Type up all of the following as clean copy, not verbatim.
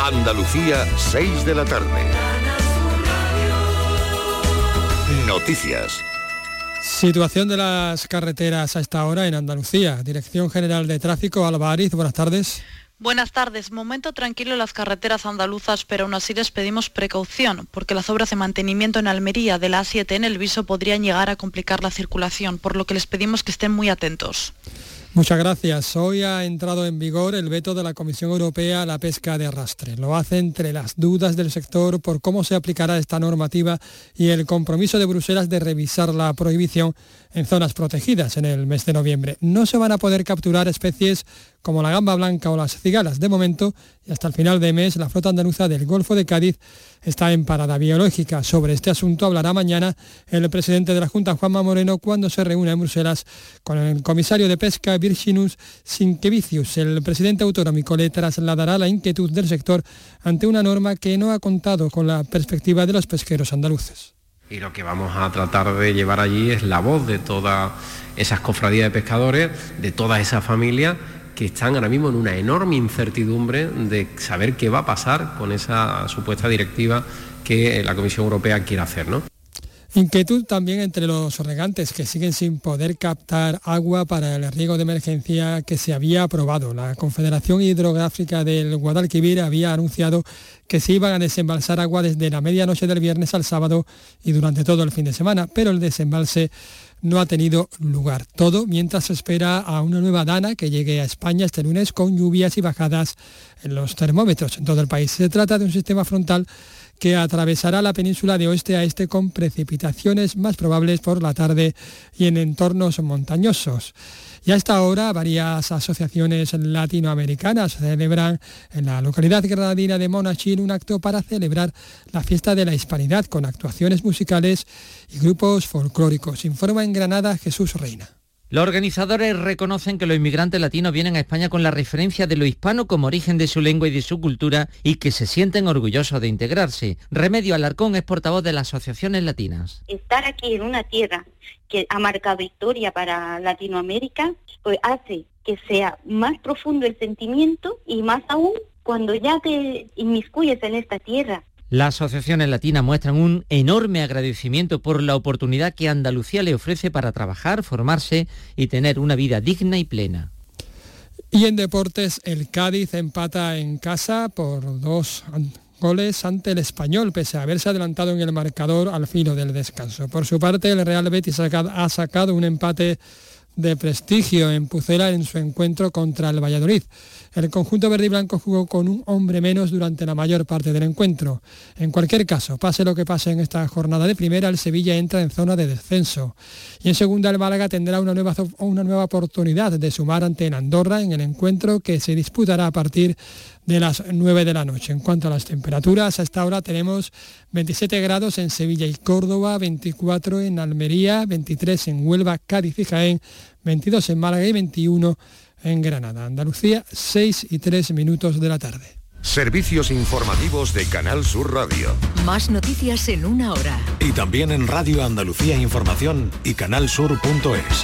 Andalucía, 6 de la tarde. Noticias. Situación de las carreteras a esta hora en Andalucía. Dirección General de Tráfico, Alba Ariz, buenas tardes. Buenas tardes. Momento tranquilo en las carreteras andaluzas, pero aún así les pedimos precaución, porque las obras de mantenimiento en Almería de la A7 en El Viso podrían llegar a complicar la circulación, por lo que les pedimos que estén muy atentos. Muchas gracias. Hoy ha entrado en vigor el veto de la Comisión Europea a la pesca de arrastre. Lo hace entre las dudas del sector por cómo se aplicará esta normativa y el compromiso de Bruselas de revisar la prohibición en zonas protegidas en el mes de noviembre. No se van a poder capturar especies como la gamba blanca o las cigalas. De momento, y hasta el final de mes, la flota andaluza del Golfo de Cádiz está en parada biológica. Sobre este asunto hablará mañana el presidente de la Junta, Juanma Moreno, cuando se reúna en Bruselas con el comisario de Pesca, Virginus Sinkevicius. El presidente autonómico le trasladará la inquietud del sector ante una norma que no ha contado con la perspectiva de los pesqueros andaluces. Y lo que vamos a tratar de llevar allí es la voz de todas esas cofradías de pescadores, de todas esas familias que están ahora mismo en una enorme incertidumbre de saber qué va a pasar con esa supuesta directiva que la Comisión Europea quiere hacer, ¿no? Inquietud también entre los regantes que siguen sin poder captar agua para el riego de emergencia que se había aprobado. La Confederación Hidrográfica del Guadalquivir había anunciado que se iban a desembalsar agua desde la medianoche del viernes al sábado y durante todo el fin de semana, pero el desembalse no ha tenido lugar. Todo mientras se espera a una nueva dana que llegue a España este lunes con lluvias y bajadas en los termómetros en todo el país. Se trata de un sistema frontal que atravesará la península de oeste a este con precipitaciones más probables por la tarde y en entornos montañosos. Y a esta hora varias asociaciones latinoamericanas celebran en la localidad granadina de Monachil un acto para celebrar la fiesta de la hispanidad con actuaciones musicales y grupos folclóricos. Informa en Granada Jesús Reina. Los organizadores reconocen que los inmigrantes latinos vienen a España con la referencia de lo hispano como origen de su lengua y de su cultura y que se sienten orgullosos de integrarse. Remedio Alarcón es portavoz de las asociaciones latinas. Estar aquí en una tierra que ha marcado historia para Latinoamérica, pues hace que sea más profundo el sentimiento y más aún cuando ya te inmiscuyes en esta tierra. Las asociaciones latinas muestran un enorme agradecimiento por la oportunidad que Andalucía le ofrece para trabajar, formarse y tener una vida digna y plena. Y en deportes, el Cádiz empata en casa por 2 goles ante el Español, pese a haberse adelantado en el marcador al filo del descanso. Por su parte, el Real Betis ha sacado un empate de prestigio en Pucela en su encuentro contra el Valladolid. El conjunto verde y blanco jugó con un hombre menos durante la mayor parte del encuentro. En cualquier caso, pase lo que pase en esta jornada de primera, el Sevilla entra en zona de descenso. Y en segunda, el Málaga tendrá una nueva oportunidad de sumar ante el Andorra en el encuentro que se disputará a partir de las 9 de la noche. En cuanto a las temperaturas, a esta hora tenemos 27 grados en Sevilla y Córdoba, 24 en Almería, 23 en Huelva, Cádiz y Jaén, 22 en Málaga y 21 en Granada. Andalucía, 6:03 de la tarde. Servicios informativos de Canal Sur Radio. Más noticias en una hora. Y también en Radio Andalucía Información y canalsur.es.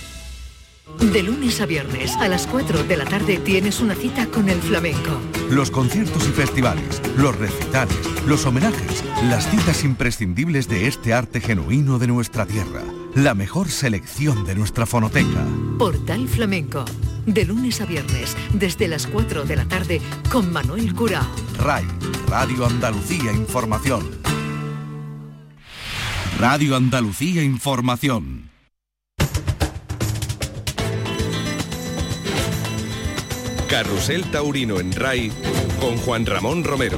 De lunes a viernes a las 4 de la tarde tienes una cita con el flamenco. Los conciertos y festivales, los recitales, los homenajes, las citas imprescindibles de este arte genuino de nuestra tierra. La mejor selección de nuestra fonoteca. Portal Flamenco. De lunes a viernes, desde las 4 de la tarde, con Manuel Curao. RAI, Radio Andalucía Información. Radio Andalucía Información. Carrusel Taurino en RAI con Juan Ramón Romero.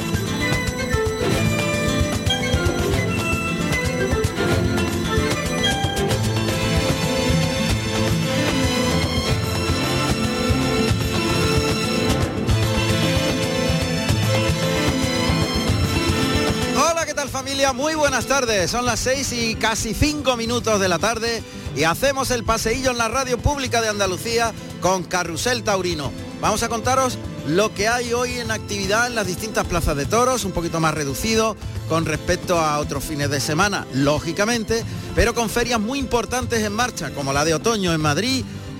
Hola, ¿qué tal familia? Muy buenas tardes. Son las 6 y casi 5 minutos de la tarde y hacemos el paseillo en la radio pública de Andalucía con Carrusel Taurino. Vamos a contaros lo que hay hoy en actividad en las distintas plazas de toros, un poquito más reducido con respecto a otros fines de semana, lógicamente, pero con ferias muy importantes en marcha, como la de otoño en Madrid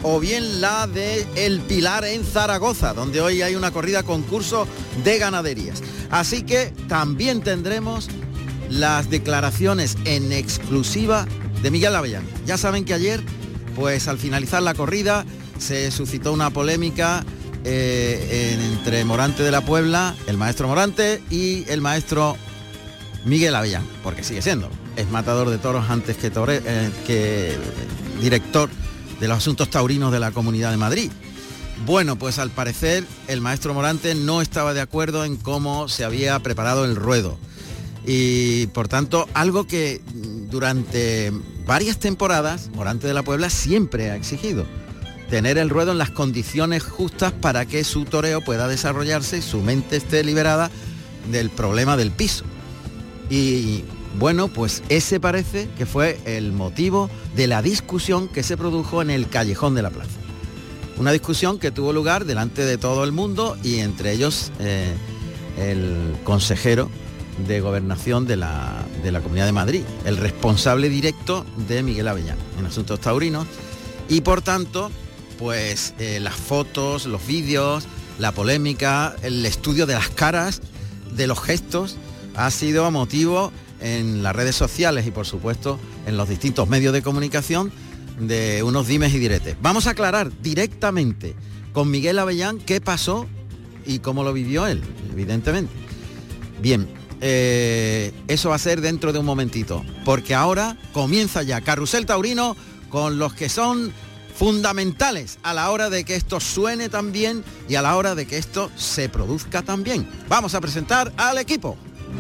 o bien la de El Pilar en Zaragoza, donde hoy hay una corrida concurso de ganaderías. Así que también tendremos las declaraciones en exclusiva de Miguel Avellán. Ya saben que ayer, pues al finalizar la corrida, se suscitó una polémica entre Morante de la Puebla, el maestro Morante, y el maestro Miguel Avellán, porque sigue siendo, es matador de toros antes que director de los asuntos taurinos de la Comunidad de Madrid. Bueno, pues al parecer el maestro Morante no estaba de acuerdo en cómo se había preparado el ruedo. Y por tanto, algo que durante varias temporadas Morante de la Puebla siempre ha exigido: tener el ruedo en las condiciones justas para que su toreo pueda desarrollarse y su mente esté liberada del problema del piso. Y bueno, pues ese parece que fue el motivo de la discusión que se produjo en el Callejón de la Plaza. Una discusión que tuvo lugar delante de todo el mundo y entre ellos el consejero de Gobernación de la Comunidad de Madrid, el responsable directo de Miguel Avellán en asuntos taurinos, y por tanto, pues las fotos, los vídeos, la polémica, el estudio de las caras, de los gestos, ha sido motivo en las redes sociales y por supuesto en los distintos medios de comunicación de unos dimes y diretes. Vamos a aclarar directamente con Miguel Avellán qué pasó y cómo lo vivió él, evidentemente. Bien, eso va a ser dentro de un momentito, porque ahora comienza ya Carrusel Taurino con los que son fundamentales a la hora de que esto suene tan bien y a la hora de que esto se produzca tan bien. Vamos a presentar al equipo.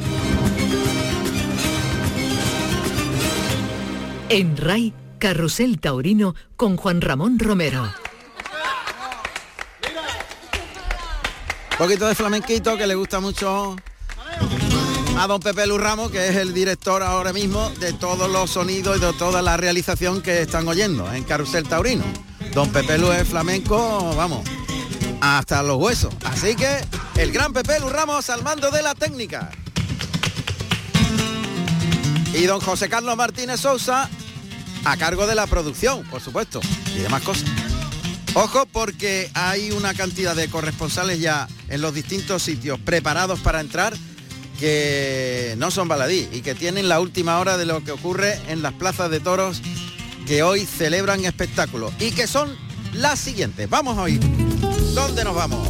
En RAI, Carrusel Taurino con Juan Ramón Romero. Un poquito de flamenquito que le gusta mucho a don Pepe Lu Ramos, que es el director ahora mismo de todos los sonidos y de toda la realización que están oyendo en Carrusel Taurino. Don Pepe Lu es flamenco, vamos, hasta los huesos. Así que el gran Pepe Lu Ramos al mando de la técnica. Y don José Carlos Martínez Sousa a cargo de la producción, por supuesto, y demás cosas. Ojo, porque hay una cantidad de corresponsales ya en los distintos sitios preparados para entrar, que no son baladí y que tienen la última hora de lo que ocurre en las plazas de toros que hoy celebran espectáculos y que son las siguientes. Vamos a oír. ¿Dónde nos vamos?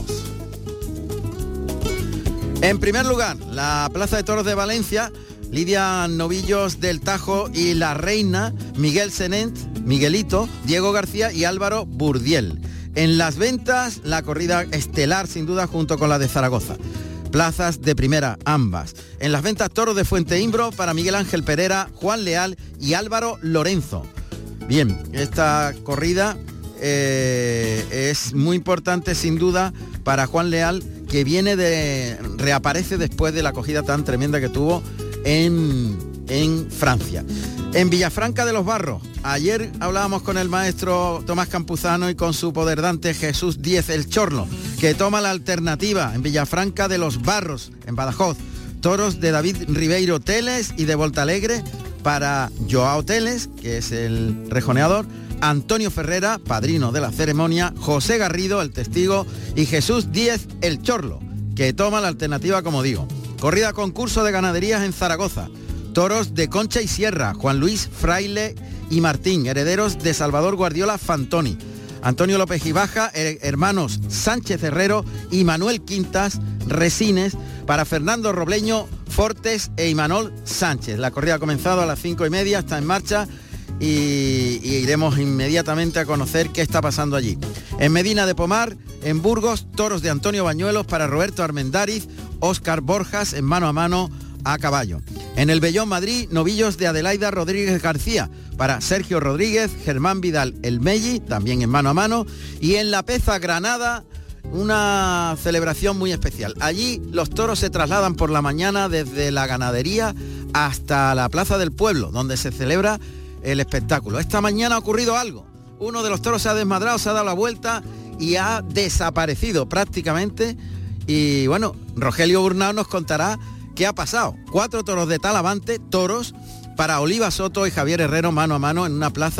En primer lugar, la Plaza de Toros de Valencia, Lidia Novillos del Tajo y la reina, Miguel Senent, Miguelito, Diego García y Álvaro Burdiel. En las ventas, la corrida estelar sin duda junto con la de Zaragoza. Plazas de primera ambas. En las ventas, toros de Fuenteimbro para Miguel Ángel Pereira, Juan Leal y Álvaro Lorenzo. Bien, esta corrida es muy importante sin duda para Juan Leal, que reaparece después de la acogida tan tremenda que tuvo en Francia. En Villafranca de los Barros, ayer hablábamos con el maestro Tomás Campuzano y con su poderdante Jesús Díez el Chorlo, que toma la alternativa en Villafranca de los Barros, en Badajoz. Toros de David Ribeiro Teles y de Voltalegre para Joao Teles, que es el rejoneador, Antonio Ferrera, padrino de la ceremonia, José Garrido, el testigo, y Jesús Díez el Chorlo, que toma la alternativa, como digo. Corrida concurso de ganaderías en Zaragoza. Toros de Concha y Sierra, Juan Luis Fraile y Martín, herederos de Salvador Guardiola Fantoni. Antonio López Gibaja, hermanos Sánchez Herrero y Manuel Quintas Resines, para Fernando Robleño Fortes e Imanol Sánchez. La corrida ha comenzado a las 5:30, está en marcha y iremos inmediatamente a conocer qué está pasando allí. En Medina de Pomar, en Burgos, toros de Antonio Bañuelos para Roberto Armendáriz, Óscar Borjas en mano a mano a caballo. En el Bellón Madrid, novillos de Adelaida Rodríguez García para Sergio Rodríguez, Germán Vidal el Melli, también en mano a mano. Y en La Peza, Granada, una celebración muy especial. Allí los toros se trasladan por la mañana desde la ganadería hasta la Plaza del Pueblo, donde se celebra el espectáculo. Esta mañana ha ocurrido algo. Uno de los toros se ha desmadrado, se ha dado la vuelta y ha desaparecido prácticamente. Y bueno, Rogelio Burnao nos contará qué ha pasado. 4 toros de Talavante, toros para Oliva Soto y Javier Herrero mano a mano en una plaza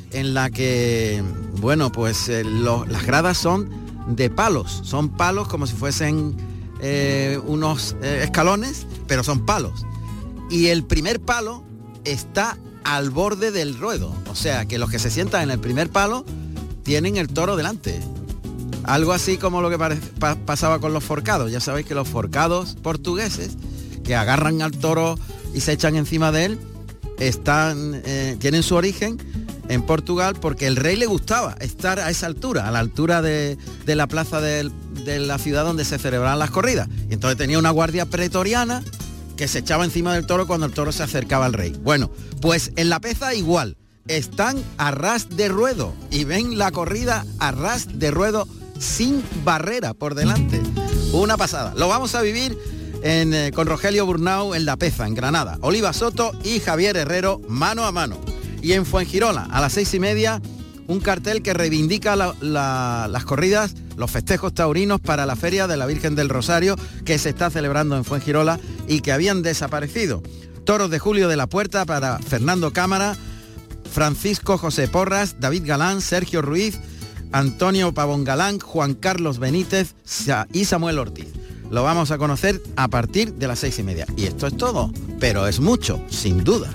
en la que, bueno, pues las gradas son de palos. Son palos como si fuesen unos escalones, pero son palos. Y el primer palo está al borde del ruedo. O sea, que los que se sientan en el primer palo tienen el toro delante. Algo así como lo que pasaba con los forcados. Ya sabéis que los forcados portugueses, que agarran al toro y se echan encima de él, tienen su origen en Portugal, porque el rey le gustaba estar a esa altura, a la altura de la plaza de la ciudad donde se celebraban las corridas. Y entonces tenía una guardia pretoriana que se echaba encima del toro cuando el toro se acercaba al rey. Bueno, pues en La Peza igual, están a ras de ruedo y ven la corrida a ras de ruedo sin barrera por delante. Una pasada. Lo vamos a vivir con Rogelio Burnau en La Peza, en Granada. Oliva Soto y Javier Herrero mano a mano. Y en Fuengirola, a las 6:30, un cartel que reivindica las corridas, los festejos taurinos para la Feria de la Virgen del Rosario, que se está celebrando en Fuengirola y que habían desaparecido. Toros de Julio de la Puerta para Fernando Cámara, Francisco José Porras, David Galán, Sergio Ruiz, Antonio Pavón Galán, Juan Carlos Benítez y Samuel Ortiz. Lo vamos a conocer a partir de las 6:30. Y esto es todo, pero es mucho, sin duda.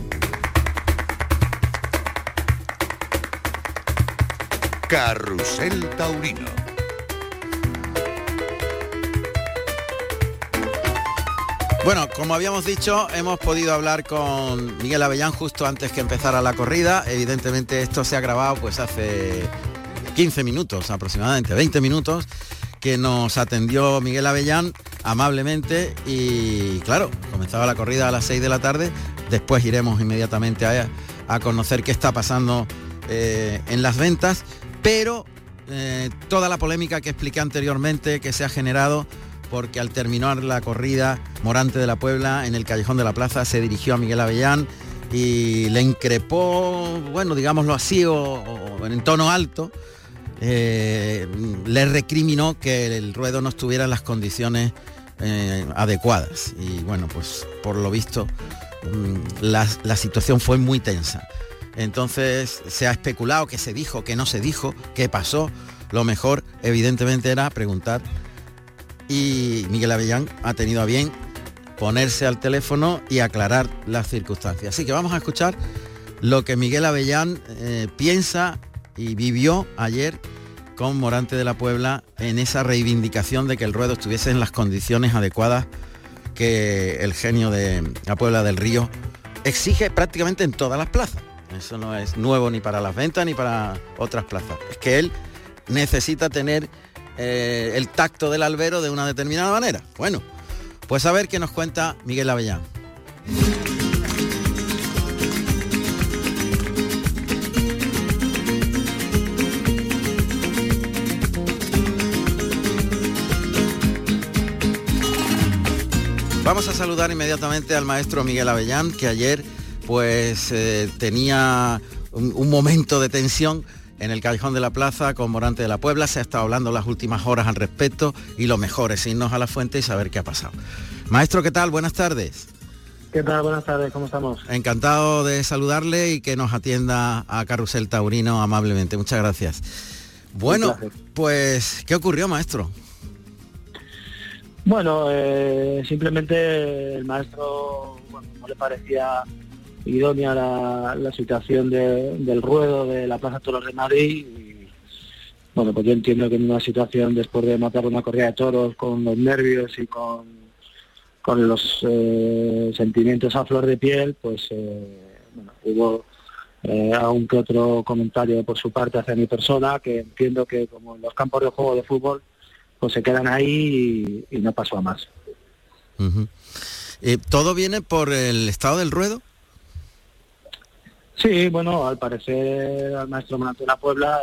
Carrusel Taurino. Bueno, como habíamos dicho, hemos podido hablar con Miguel Avellán justo antes que empezara la corrida. Evidentemente esto se ha grabado pues hace 15 minutos aproximadamente, 20 minutos, que nos atendió Miguel Avellán amablemente y claro, comenzaba la corrida a las 6 de la tarde. Después iremos inmediatamente a conocer qué está pasando en las ventas, pero toda la polémica que expliqué anteriormente que se ha generado porque al terminar la corrida, Morante de la Puebla en el Callejón de la Plaza se dirigió a Miguel Avellán y le increpó, bueno, digámoslo así, o en tono alto, le recriminó que el ruedo no estuviera en las condiciones adecuadas. Y bueno, pues por lo visto la situación fue muy tensa. Entonces se ha especulado qué se dijo, qué no se dijo, qué pasó. Lo mejor, evidentemente, era preguntar. Y Miguel Avellán ha tenido a bien ponerse al teléfono y aclarar las circunstancias. Así que vamos a escuchar lo que Miguel Avellán piensa y vivió ayer con Morante de la Puebla en esa reivindicación de que el ruedo estuviese en las condiciones adecuadas que el genio de la Puebla del Río exige prácticamente en todas las plazas. Eso no es nuevo ni para las ventas ni para otras plazas. Es que él necesita tener el tacto del albero de una determinada manera. Bueno, pues a ver qué nos cuenta Miguel Avellán. Vamos a saludar inmediatamente al maestro Miguel Avellán, que ayer pues tenía un momento de tensión en el Callejón de la Plaza con Morante de la Puebla. Se ha estado hablando las últimas horas al respecto y lo mejor es irnos a la fuente y saber qué ha pasado. Maestro, ¿qué tal? Buenas tardes. ¿Qué tal? Buenas tardes, ¿cómo estamos? Encantado de saludarle y que nos atienda a Carrusel Taurino amablemente. Muchas gracias. Bueno, pues, ¿qué ocurrió, maestro? Bueno, simplemente el maestro, bueno, no le parecía idónea la situación del ruedo de la Plaza Toros de Madrid y, bueno, pues yo entiendo que en una situación después de matar una corrida de toros con los nervios y con los sentimientos a flor de piel, pues bueno, hubo algún que otro comentario por su parte hacia mi persona, que entiendo que como en los campos de juego de fútbol pues se quedan ahí y no pasó a más. Uh-huh. ¿Todo viene por el estado del ruedo? Sí, bueno, al parecer al maestro Morante de la Puebla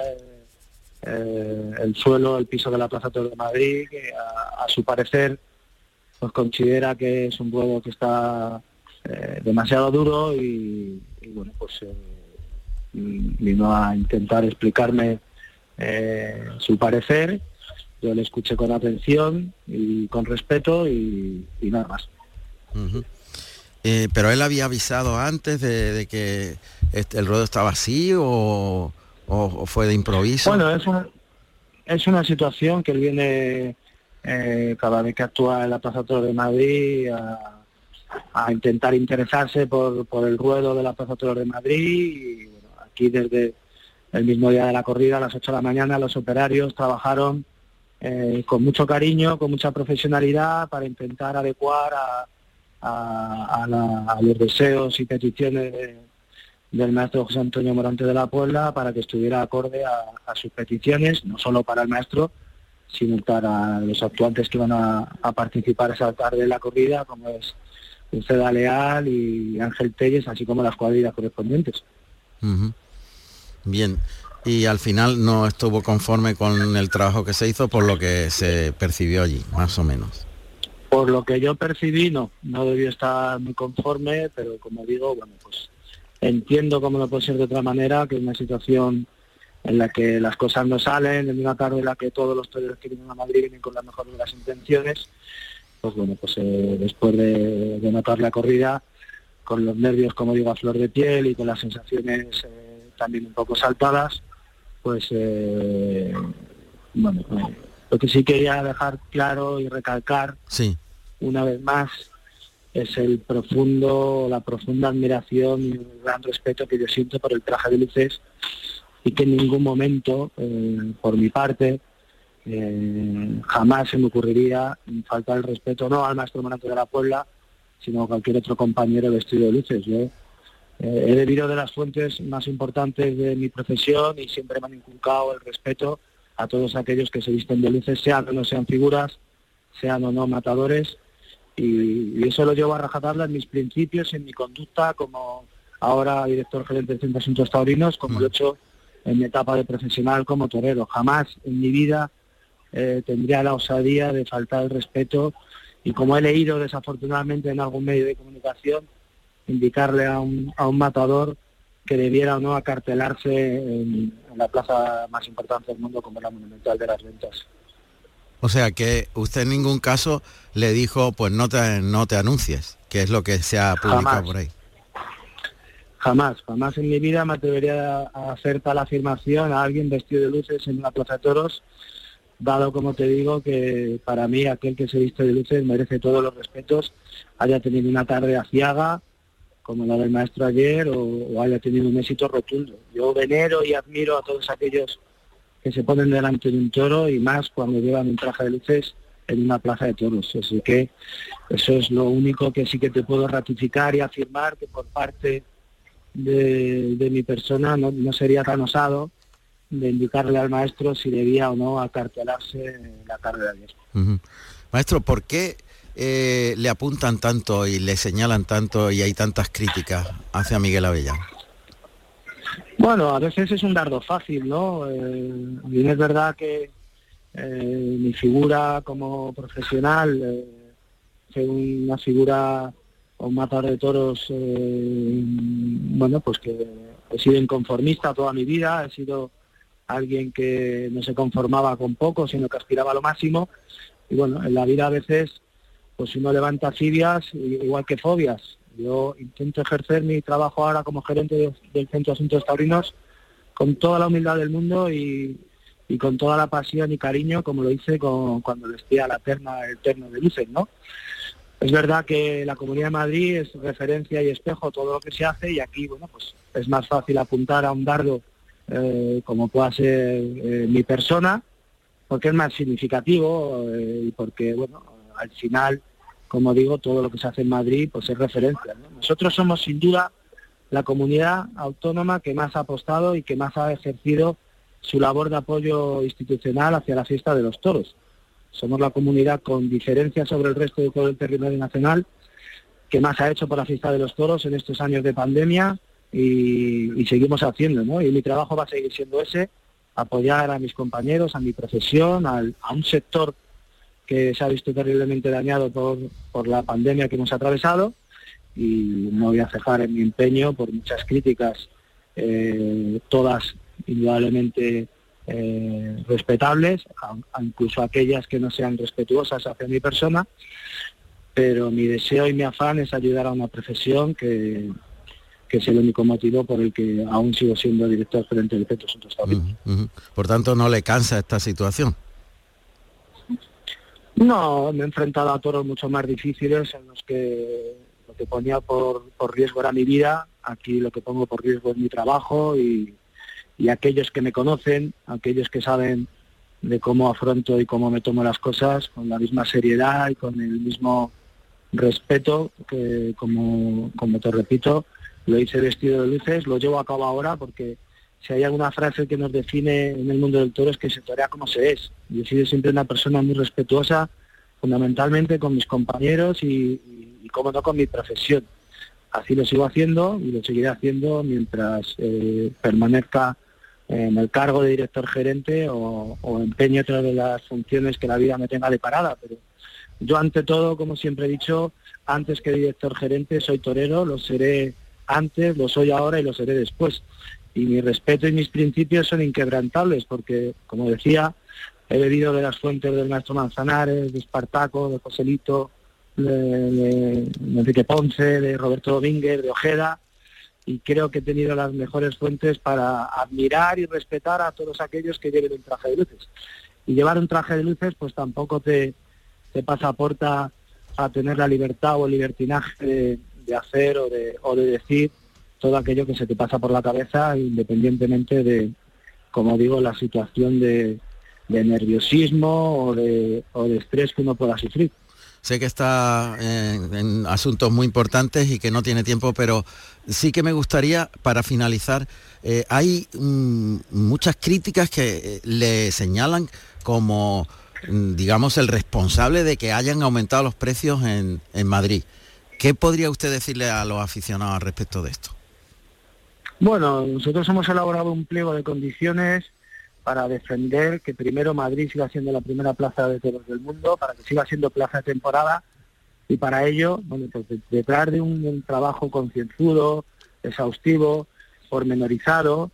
el suelo, el piso de la Plaza Toros de Madrid, que a su parecer pues considera que es un ruedo que está demasiado duro y bueno, pues vino a intentar explicarme su parecer. Yo le escuché con atención y con respeto y nada más. Uh-huh. Pero él había avisado antes de que ¿El ruedo estaba así o fue de improviso? Bueno, es una situación que él viene cada vez que actúa en la Plaza Toros de Madrid a intentar interesarse por el ruedo de la Plaza Toros de Madrid. Y bueno, aquí desde el mismo día de la corrida, a las 8 de la mañana, los operarios trabajaron con mucho cariño, con mucha profesionalidad, para intentar adecuar a los deseos y peticiones del maestro José Antonio Morante de la Puebla, para que estuviera acorde a sus peticiones, no solo para el maestro, sino para los actuantes que van a participar esa tarde en la corrida, como es Uceda Leal y Ángel Telles, así como las cuadrillas correspondientes. Uh-huh. Bien, y al final no estuvo conforme con el trabajo que se hizo, por lo que se percibió allí, más o menos. Por lo que yo percibí, no debió estar muy conforme, pero como digo, bueno, pues entiendo cómo no puede ser de otra manera, que es una situación en la que las cosas no salen, en una tarde en la que todos los toreros que vienen a Madrid vienen con las mejores de las intenciones. Pues bueno, pues después de notar la corrida, con los nervios, como digo, a flor de piel y con las sensaciones también un poco saltadas, pues bueno, lo que sí quería dejar claro y recalcar, sí, una vez más, es la profunda admiración y el gran respeto que yo siento por el traje de luces, y que en ningún momento, por mi parte, jamás se me ocurriría faltar el respeto no al maestro Morante de la Puebla, sino a cualquier otro compañero vestido de luces. Yo he bebido de las fuentes más importantes de mi profesión y siempre me han inculcado el respeto a todos aquellos que se visten de luces, sean o no sean figuras, sean o no matadores, y eso lo llevo a rajatabla en mis principios, en mi conducta como ahora director gerente de Centro de Asuntos Taurinos, como lo he hecho en mi etapa de profesional como torero. Jamás en mi vida tendría la osadía de faltar el respeto, y como he leído desafortunadamente en algún medio de comunicación, indicarle a un matador que debiera o no acartelarse en la plaza más importante del mundo, como la Monumental de las Ventas. O sea que usted en ningún caso le dijo, pues no te anuncies, que es lo que se ha publicado jamás por ahí. Jamás en mi vida me atrevería a hacer tal afirmación a alguien vestido de luces en una plaza de toros, dado, como te digo, que para mí aquel que se viste de luces merece todos los respetos, haya tenido una tarde aciaga como la del maestro ayer o haya tenido un éxito rotundo. Yo venero y admiro a todos aquellos que se ponen delante de un toro, y más cuando llevan un traje de luces en una plaza de toros. Así que eso es lo único que sí que te puedo ratificar y afirmar, que por parte de mi persona no sería tan osado de indicarle al maestro si debía o no acartelarse la tarde de ayer. Uh-huh. Maestro, ¿por qué le apuntan tanto y le señalan tanto y hay tantas críticas hacia Miguel Avellán? Bueno, a veces es un dardo fácil, ¿no? Bien es verdad que mi figura como profesional fue una figura o un matador de toros, bueno, pues que he sido inconformista toda mi vida, he sido alguien que no se conformaba con poco, sino que aspiraba a lo máximo, y bueno, en la vida a veces pues uno levanta fibias igual que fobias. Yo intento ejercer mi trabajo ahora como gerente del Centro de Asuntos Taurinos con toda la humildad del mundo y con toda la pasión y cariño, como lo hice cuando vestía el terno de luces, ¿no? Es verdad que la Comunidad de Madrid es referencia y espejo todo lo que se hace, y aquí, bueno, pues es más fácil apuntar a un dardo como pueda ser mi persona, porque es más significativo y porque, bueno, al final, como digo, todo lo que se hace en Madrid pues es referencia, ¿no? Nosotros somos sin duda la comunidad autónoma que más ha apostado y que más ha ejercido su labor de apoyo institucional hacia la fiesta de los toros. Somos la comunidad, con diferencia sobre el resto de todo el territorio nacional, que más ha hecho por la fiesta de los toros en estos años de pandemia, y seguimos haciendo, ¿no? Y mi trabajo va a seguir siendo ese, apoyar a mis compañeros, a mi profesión, a un sector que se ha visto terriblemente dañado por la pandemia que hemos atravesado, y no voy a cejar en mi empeño por muchas críticas, todas indudablemente respetables, incluso aquellas que no sean respetuosas hacia mi persona, pero mi deseo y mi afán es ayudar a una profesión que que es el único motivo por el que aún sigo siendo director gerente del Centro Asuntos Taurinos. Por tanto, ¿no le cansa esta situación? No, me he enfrentado a toros mucho más difíciles en los que lo que ponía por riesgo era mi vida. Aquí lo que pongo por riesgo es mi trabajo y aquellos que me conocen, aquellos que saben de cómo afronto y cómo me tomo las cosas con la misma seriedad y con el mismo respeto que, como te repito, lo hice vestido de luces, lo llevo a cabo ahora porque si hay alguna frase que nos define en el mundo del toro es que se torea como se es. Yo he sido siempre una persona muy respetuosa, fundamentalmente con mis compañeros y como no, con mi profesión. Así lo sigo haciendo y lo seguiré haciendo mientras permanezca en el cargo de director gerente o empeñe otra de las funciones que la vida me tenga deparada. Pero yo, ante todo, como siempre he dicho, antes que director gerente soy torero, lo seré antes, lo soy ahora y lo seré después. Y mi respeto y mis principios son inquebrantables porque, como decía, he bebido de las fuentes del maestro Manzanares, de Espartaco, de Joselito, de Enrique Ponce, de Roberto Domínguez, de Ojeda, y creo que he tenido las mejores fuentes para admirar y respetar a todos aquellos que lleven un traje de luces. Y llevar un traje de luces pues tampoco te pasaporta a tener la libertad o el libertinaje de hacer o de decir todo aquello que se te pasa por la cabeza, independientemente de, como digo, la situación de nerviosismo o de estrés que uno pueda sufrir. Sé que está en asuntos muy importantes y que no tiene tiempo, pero sí que me gustaría, para finalizar, hay muchas críticas que le señalan como, digamos, el responsable de que hayan aumentado los precios en Madrid. ¿Qué podría usted decirle a los aficionados al respecto de esto? Bueno, nosotros hemos elaborado un pliego de condiciones para defender que primero Madrid siga siendo la primera plaza de toros del mundo, para que siga siendo plaza de temporada, y para ello, bueno, pues detrás de un trabajo concienzudo, exhaustivo, pormenorizado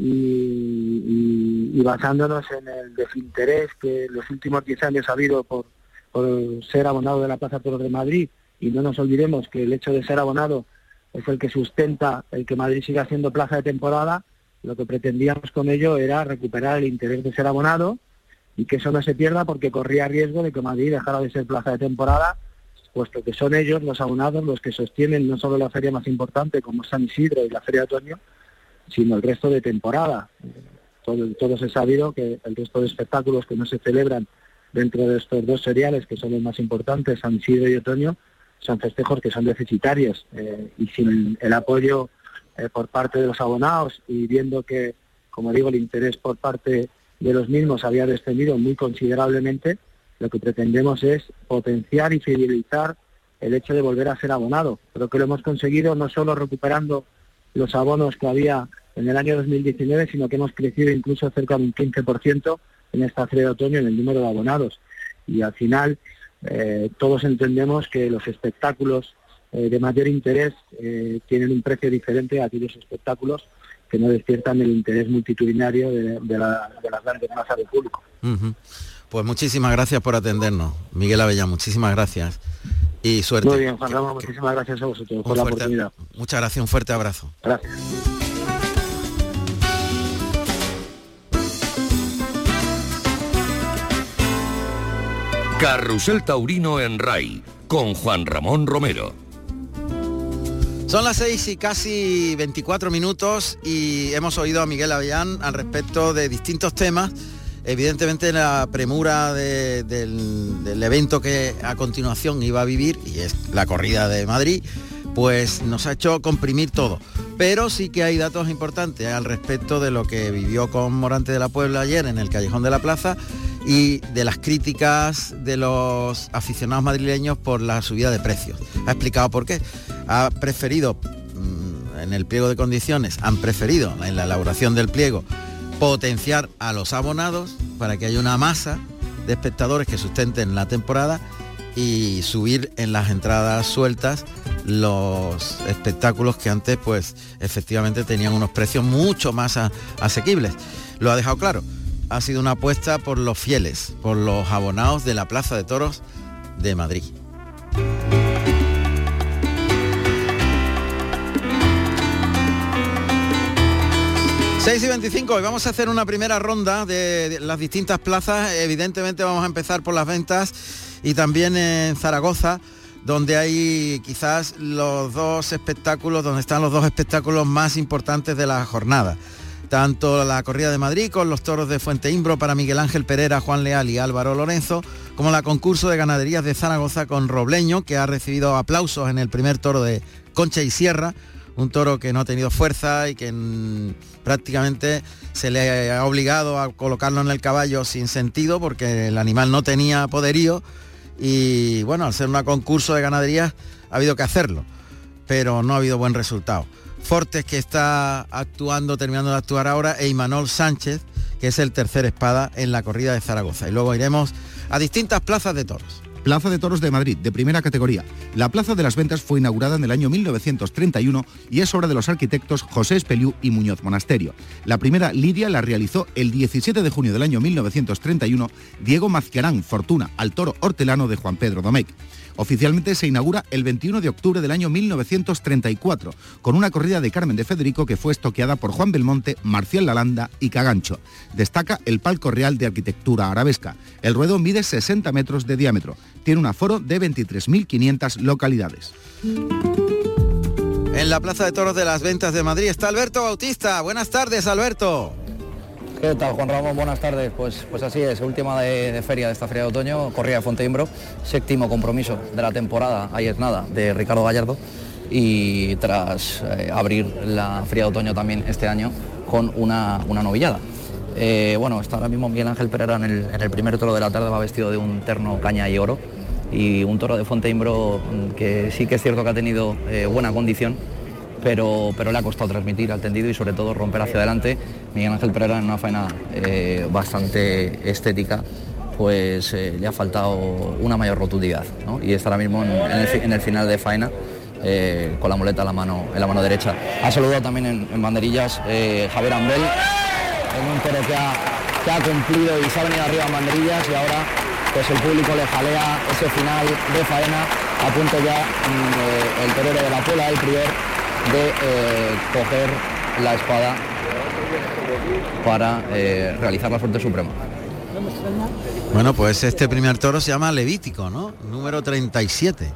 y basándonos en el desinterés que en los últimos 10 años ha habido por ser abonado de la Plaza de Toros de Madrid, y no nos olvidemos que el hecho de ser abonado es el que sustenta el que Madrid siga siendo plaza de temporada. Lo que pretendíamos con ello era recuperar el interés de ser abonado y que eso no se pierda, porque corría riesgo de que Madrid dejara de ser plaza de temporada, puesto que son ellos, los abonados, los que sostienen no solo la feria más importante como San Isidro y la Feria de Otoño, sino el resto de temporada. Todos he sabido que el resto de espectáculos que no se celebran dentro de estos dos seriales, que son los más importantes, San Isidro y Otoño, son festejos que son deficitarios, y sin el apoyo por parte de los abonados, y viendo que, como digo, el interés por parte de los mismos había descendido muy considerablemente, lo que pretendemos es potenciar y fidelizar el hecho de volver a ser abonado. Creo que lo hemos conseguido no solo recuperando los abonos que había en el año 2019, sino que hemos crecido incluso cerca de un 15% en esta feria de otoño en el número de abonados. Y al final todos entendemos que los espectáculos de mayor interés tienen un precio diferente a aquellos espectáculos que no despiertan el interés multitudinario de las grandes masas del público. Pues muchísimas gracias por atendernos, Miguel Avellán, muchísimas gracias y suerte. Muy bien, Juan Ramón, muchísimas gracias a vosotros por la oportunidad. Muchas gracias, un fuerte abrazo. Gracias. Carrusel Taurino en RAI, con Juan Ramón Romero. Son las 6 y casi 24 minutos y hemos oído a Miguel Avellán al respecto de distintos temas. Evidentemente la premura del evento que a continuación iba a vivir, y es la corrida de Madrid, pues nos ha hecho comprimir todo. Pero sí que hay datos importantes al respecto de lo que vivió con Morante de la Puebla ayer en el Callejón de la Plaza y de las críticas de los aficionados madrileños por la subida de precios. Ha explicado por qué. Ha preferido, en el pliego de condiciones, han preferido en la elaboración del pliego potenciar a los abonados para que haya una masa de espectadores que sustenten la temporada y subir en las entradas sueltas los espectáculos que antes pues efectivamente tenían unos precios mucho más asequibles. Lo ha dejado claro. Ha sido una apuesta por los fieles, por los abonados de la Plaza de Toros de Madrid. 6:25, y vamos a hacer una primera ronda de las distintas plazas. Evidentemente vamos a empezar por las ventas y también en Zaragoza, donde hay quizás los dos espectáculos, donde están los dos espectáculos más importantes de la jornada. Tanto la corrida de Madrid con los toros de Fuenteimbro para Miguel Ángel Pereira, Juan Leal y Álvaro Lorenzo, como la concurso de ganaderías de Zaragoza con Robleño, que ha recibido aplausos en el primer toro de Concha y Sierra, un toro que no ha tenido fuerza y que prácticamente se le ha obligado a colocarlo en el caballo sin sentido porque el animal no tenía poderío y bueno, al ser un concurso de ganaderías ha habido que hacerlo, pero no ha habido buen resultado. Fortes, que está actuando, terminando de actuar ahora, e Imanol Sánchez, que es el tercer espada en la corrida de Zaragoza. Y luego iremos a distintas plazas de toros. Plaza de Toros de Madrid, de primera categoría. La Plaza de las Ventas fue inaugurada en el año 1931 y es obra de los arquitectos José Espeliú y Muñoz Monasterio. La primera lidia la realizó el 17 de junio del año 1931 Diego Mazquerán Fortuna, al toro hortelano de Juan Pedro Domecq. Oficialmente se inaugura el 21 de octubre del año 1934, con una corrida de Carmen de Federico que fue estoqueada por Juan Belmonte, Marcial Lalanda y Cagancho. Destaca el palco real de arquitectura arabesca. El ruedo mide 60 metros de diámetro. Tiene un aforo de 23.500 localidades. En la Plaza de Toros de las Ventas de Madrid está Alberto Bautista. Buenas tardes, Alberto. ¿Qué tal, Juan Ramón? Buenas tardes. Pues así es, última de feria, de esta feria de otoño, corrida de Fuenteimbro, séptimo compromiso de la temporada, ahí es nada, de Ricardo Gallardo, y tras abrir la feria de otoño también este año con una novillada. Bueno, está ahora mismo Miguel Ángel Pereira en el primer toro de la tarde, va vestido de un terno caña y oro, y un toro de Fuenteimbro que sí que es cierto que ha tenido buena condición, pero le ha costado transmitir al tendido y sobre todo romper hacia adelante. Miguel Ángel Pereira en una faena bastante estética, pues le ha faltado una mayor rotundidad, ¿no? Y está ahora mismo en el final de faena con la muleta en la mano derecha. Ha saludado también en banderillas Javier Ambel, en un toro que ha cumplido y se ha venido arriba en banderillas, y ahora pues el público le jalea ese final de faena, a punto ya el torero de la Puebla, el prior, de coger la espada para realizar la suerte suprema. Bueno, pues este primer toro se llama Levítico, ¿no? Número 37.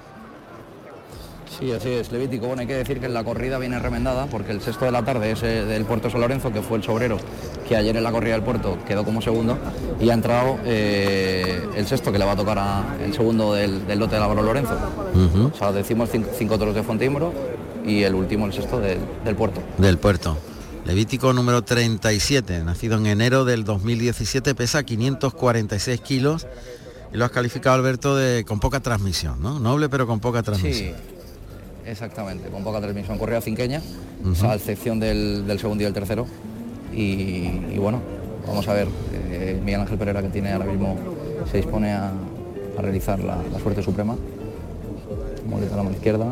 Sí, así es, Levítico. Bueno, hay que decir que en la corrida viene remendada porque el sexto de la tarde es del Puerto San Lorenzo, que fue el sobrero que ayer en la corrida del Puerto quedó como segundo, y ha entrado el sexto, que le va a tocar el segundo del lote de Álvaro Lorenzo. O sea, decimos cinco toros de Fuenteimbro y el último, el sexto, del Puerto. Del Puerto. Levítico número 37, nacido en enero del 2017, pesa 546 kilos y lo has calificado, Alberto, con poca transmisión, ¿no? Noble, pero con poca transmisión. Sí, exactamente, con poca transmisión. Correa cinqueña, a excepción del segundo y el tercero. Y bueno, vamos a ver, Miguel Ángel Pereira, que tiene ahora mismo, se dispone a realizar la suerte suprema. Muleta a la mano izquierda.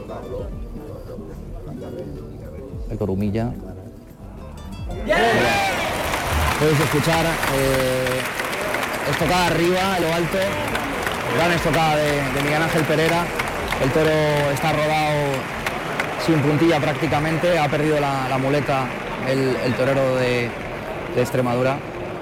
El toro humilla. Podéis escuchar estocada arriba, en lo alto, gran estocada de Miguel Ángel Pereira. El toro está rodado sin puntilla prácticamente, ha perdido la muleta el torero de Extremadura.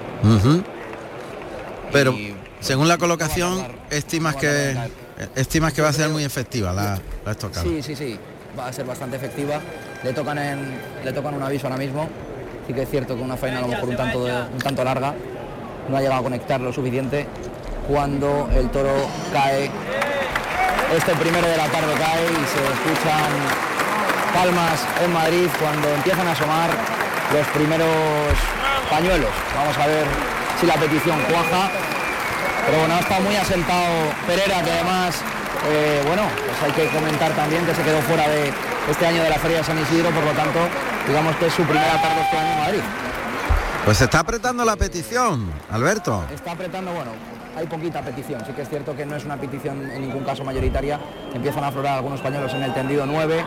Pero según la colocación estimas que va a ser muy efectiva la estocada. Sí, va a ser bastante efectiva. Le tocan un aviso ahora mismo. Sí que es cierto que una faena a lo mejor un tanto larga, no ha llegado a conectar lo suficiente. Cuando el toro cae, este primero de la tarde cae y se escuchan palmas en Madrid cuando empiezan a asomar los primeros pañuelos. Vamos a ver si la petición cuaja. Pero bueno, ha estado muy asentado Pereira, que además, pues hay que comentar también que se quedó fuera de este año de la Feria de San Isidro, por lo tanto, digamos que es su primera tarde este año en Madrid. Pues se está apretando la petición, Alberto. Está apretando, bueno, hay poquita petición, sí que es cierto que no es una petición en ningún caso mayoritaria. Empiezan a aflorar algunos pañuelos en el tendido 9,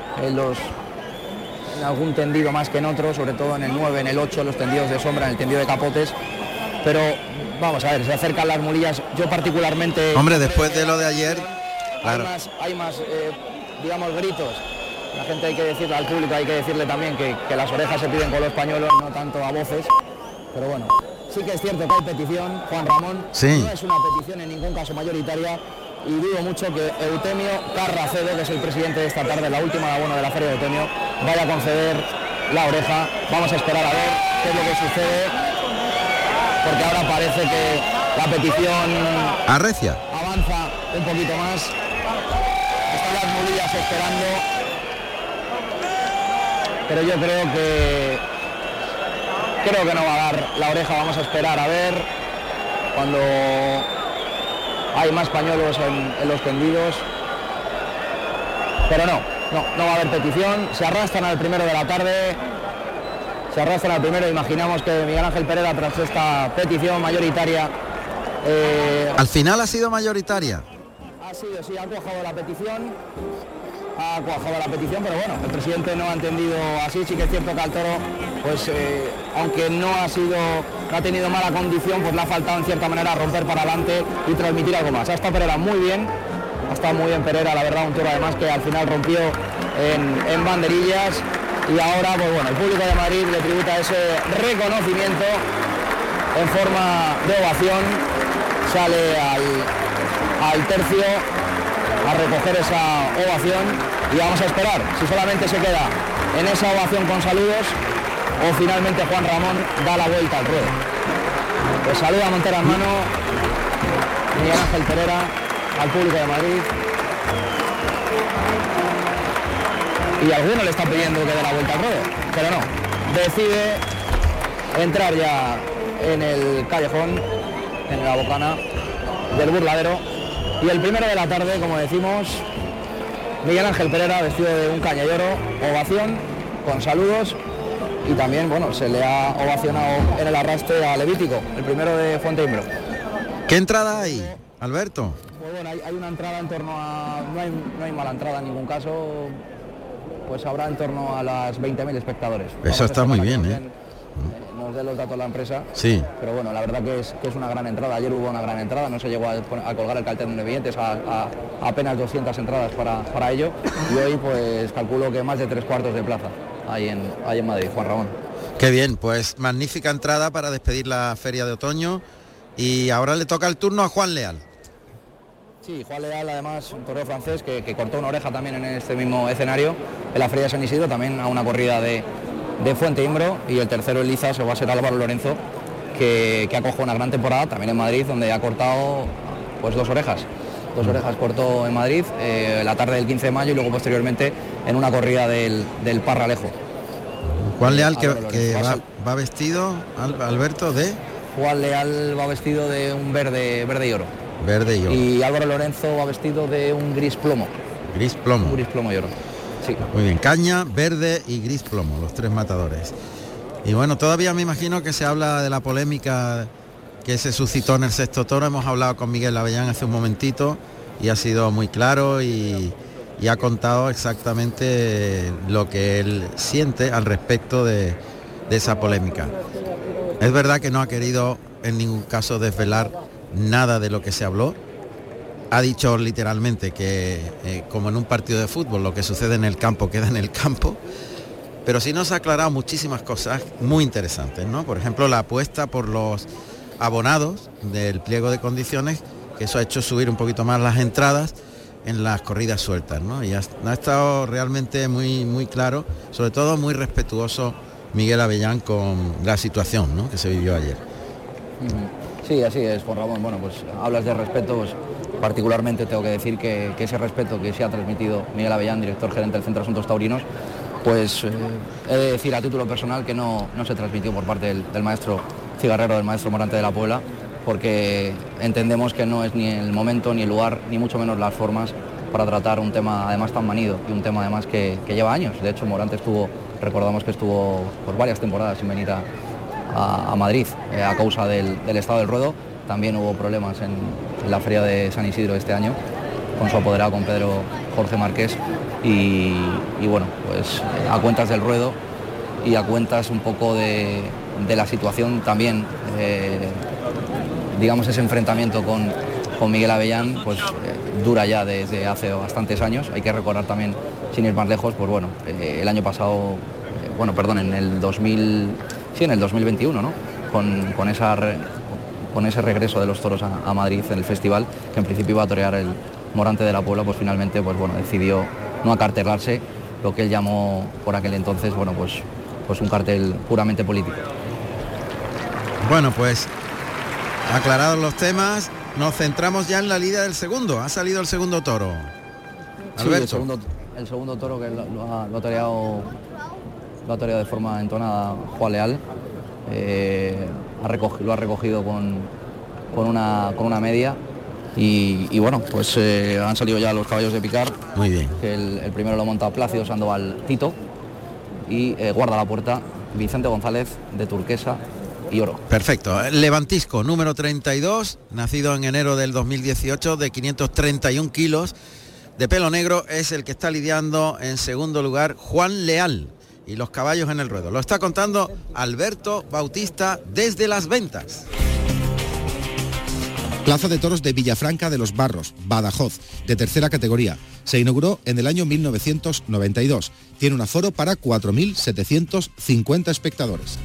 en algún tendido más que en otro, sobre todo en el 9, en el 8, los tendidos de sombra, en el tendido de capotes, pero vamos a ver, se acercan las mulillas. Yo particularmente... Hombre, después de lo de ayer, claro. Hay más digamos, gritos La gente hay que decirle al público, hay que decirle también que las orejas se piden con los pañuelos, no tanto a voces. Pero bueno, sí que es cierto que hay petición, Juan Ramón. Sí. No es una petición en ningún caso mayoritaria y dudo mucho que Eutemio Carracedo, que es el presidente de esta tarde, la última de abono de la Feria de Otoño, vaya a conceder la oreja. Vamos a esperar a ver qué es lo que sucede, porque ahora parece que la petición arrecia, avanza un poquito más. Están las mulillas esperando, pero yo creo que no va a dar la oreja. Vamos a esperar a ver cuando hay más pañuelos en los tendidos, pero no va a haber petición. Se arrastran al primero de la tarde, imaginamos que Miguel Ángel Pereda, tras esta petición mayoritaria, al final ha sido mayoritaria. Ha sido, sí, ha cuajado la petición, pero bueno, el presidente no ha entendido así. Sí que es cierto que al toro, pues aunque no ha tenido mala condición, pues le ha faltado en cierta manera romper para adelante y transmitir algo más. Ha estado Pereda muy bien, Pereda, la verdad, un toro además que al final rompió en banderillas, y ahora, pues bueno, el público de Madrid le tributa ese reconocimiento en forma de ovación. Sale al tercio a recoger esa ovación y vamos a esperar si solamente se queda en esa ovación con saludos o finalmente Juan Ramón da la vuelta al ruedo. Pues saluda Montera en mano Miguel Ángel Pereira al público de Madrid, y alguno le está pidiendo que dé la vuelta al ruedo, pero no, decide entrar ya en el callejón, en la bocana del burladero. Y el primero de la tarde, como decimos, Miguel Ángel Pereira, vestido de un caña y oro, ovación, con saludos, y también, bueno, se le ha ovacionado en el arrastre a Levítico, el primero de Fuenteimbro. ¿Qué entrada hay, Alberto? Pues bueno, hay una entrada en torno a... No hay mala entrada en ningún caso, pues habrá en torno a las 20.000 espectadores. Eso está muy bien, Nos dé los datos la empresa, sí, pero bueno, la verdad que es una gran entrada. Ayer hubo una gran entrada, no se llegó a colgar el cartel de billetes, a apenas 200 entradas para ello, y hoy pues calculo que más de 3/4 de plaza hay en Madrid, Juan Ramón. Qué bien, pues magnífica entrada para despedir la Feria de Otoño, y ahora le toca el turno a Juan Leal. Sí, Juan Leal, además, un torero francés que cortó una oreja también en este mismo escenario, en la Feria de San Isidro, también a una corrida de Fuenteimbro, y el tercero en liza se va a ser Álvaro Lorenzo, que acoge una gran temporada también en Madrid, donde ha cortado pues dos orejas cortó en Madrid, la tarde del 15 de mayo y luego posteriormente en una corrida del Parralejo. Juan Leal que va vestido, Alberto, de... Juan Leal va vestido de un verde y oro. Verde y oro. Y Álvaro Lorenzo va vestido de un gris plomo. Gris plomo. Un gris plomo y oro. Sí. Muy bien, caña, verde y gris plomo, los tres matadores. Y bueno, todavía me imagino que se habla de la polémica que se suscitó en el sexto toro. Hemos hablado con Miguel Avellán hace un momentito y ha sido muy claro y ha contado exactamente lo que él siente al respecto de esa polémica. Es verdad que no ha querido en ningún caso desvelar nada de lo que se habló. Ha dicho literalmente que como en un partido de fútbol, lo que sucede en el campo queda en el campo, pero sí nos ha aclarado muchísimas cosas muy interesantes, ¿no? Por ejemplo, la apuesta por los abonados del pliego de condiciones, que eso ha hecho subir un poquito más las entradas en las corridas sueltas, ¿no? Y ha estado realmente muy, muy claro, sobre todo muy respetuoso Miguel Avellán con la situación, ¿no?, que se vivió ayer. Sí, así es, Juan Ramón. Bueno, pues hablas de respeto, pues particularmente tengo que decir que ese respeto que se ha transmitido Miguel Avellán, director gerente del Centro de Asuntos Taurinos, pues he de decir a título personal que no se transmitió por parte del maestro cigarrero, del maestro Morante de la Puebla, porque entendemos que no es ni el momento, ni el lugar, ni mucho menos las formas para tratar un tema además tan manido y un tema además que lleva años. De hecho, Morante recordamos que estuvo por varias temporadas sin venir a Madrid a causa del estado del ruedo. También hubo problemas en la Feria de San Isidro este año con su apoderado, con Pedro Jorge Márquez, y bueno, pues a cuentas del ruedo y a cuentas un poco de la situación también, digamos, ese enfrentamiento con con Miguel Avellán pues dura ya desde hace bastantes años. Hay que recordar también, sin ir más lejos, pues bueno, el año pasado, en el 2021, ¿no? Con ese regreso de los toros a Madrid en el festival, que en principio iba a torear el Morante de la Puebla, pues finalmente decidió no acartelarse, lo que él llamó por aquel entonces, pues un cartel puramente político. Bueno, pues aclarados los temas, nos centramos ya en la lidia del segundo. Ha salido el segundo toro. Alberto. Sí, el segundo toro que lo ha toreado de forma entonada Juan Leal. Lo ha recogido con una media y bueno, pues han salido ya los caballos de picar. Muy bien. Que el primero lo monta Plácido Sandoval Tito y guarda la puerta Vicente González de Turquesa y Oro. Perfecto. Levantisco, número 32, nacido en enero del 2018, de 531 kilos, de pelo negro, es el que está lidiando en segundo lugar Juan Leal. Y los caballos en el ruedo. Lo está contando Alberto Bautista desde Las Ventas. Plaza de Toros de Villafranca de los Barros, Badajoz, de tercera categoría. Se inauguró en el año 1992. Tiene un aforo para 4.750 espectadores.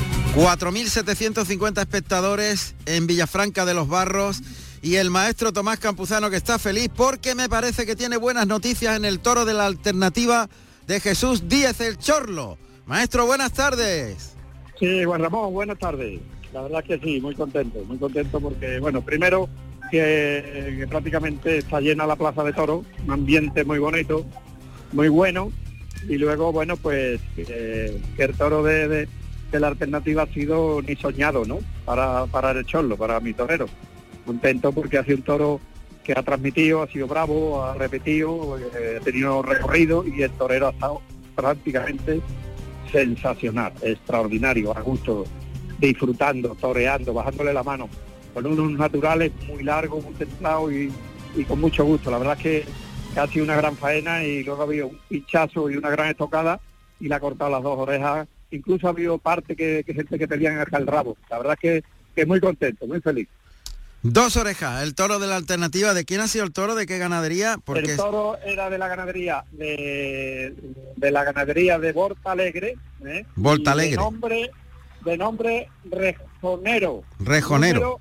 4.750 espectadores en Villafranca de los Barros. Y el maestro Tomás Campuzano, que está feliz porque me parece que tiene buenas noticias en el toro de la alternativa de Jesús Díez el Chorlo. Maestro, buenas tardes. Sí, Juan Ramón, buenas tardes. La verdad es que sí, muy contento porque, bueno, primero que prácticamente está llena la plaza de toros, un ambiente muy bonito, muy bueno, y luego, bueno, pues que el toro de la alternativa ha sido ni soñado, ¿no? Para el Chorlo, para mi torero. Contento porque ha sido un toro que ha transmitido, ha sido bravo, ha repetido, ha tenido recorrido y el torero ha estado prácticamente sensacional, extraordinario, a gusto, disfrutando, toreando, bajándole la mano, con unos naturales muy largos, muy templados y con mucho gusto. La verdad es que ha sido una gran faena y luego ha habido un pinchazo y una gran estocada y le ha cortado las dos orejas. Incluso ha habido parte que gente que pelean hasta el rabo. La verdad es que muy contento, muy feliz. Dos orejas, el toro de la alternativa. ¿De quién ha sido el toro? ¿De qué ganadería? Porque el toro era de la ganadería de la ganadería de Borta Alegre, Borta Alegre. De nombre Rejonero. Número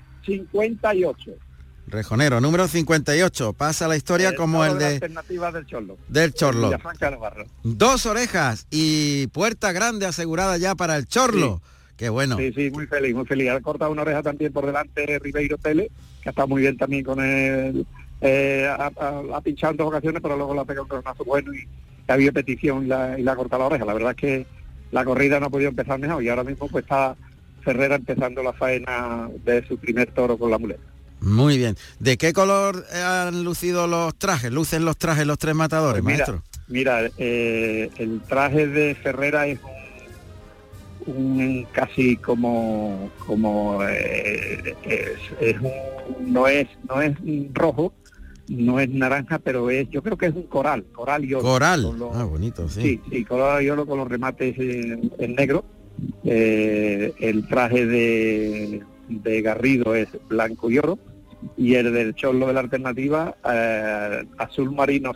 58. Rejonero, número 58. Pasa la historia como el de la alternativa del Chorlo. Del Chorlo. De Barro. Dos orejas y puerta grande asegurada ya para el Chorlo. Sí. Qué bueno. Sí, muy feliz, muy feliz. Ha cortado una oreja también por delante Ribeiro Tele, que ha estado muy bien también con él. Ha pinchado en dos ocasiones, pero luego le ha pegado un cronazo bueno y ha habido petición y le ha cortado la oreja. La verdad es que la corrida no ha podido empezar mejor y ahora mismo pues está Ferrera empezando la faena de su primer toro con la muleta. Muy bien. ¿De qué color han lucido los trajes? ¿Lucen los trajes los tres matadores, pues maestro? Mira, el traje de Ferrera es un casi como no es rojo, no es naranja, pero yo creo que es un coral y oro. Coral, bonito, sí. Sí, coral y oro con los remates en negro. El traje de Garrido es blanco y oro, y el del Chorlo de la alternativa azul marino,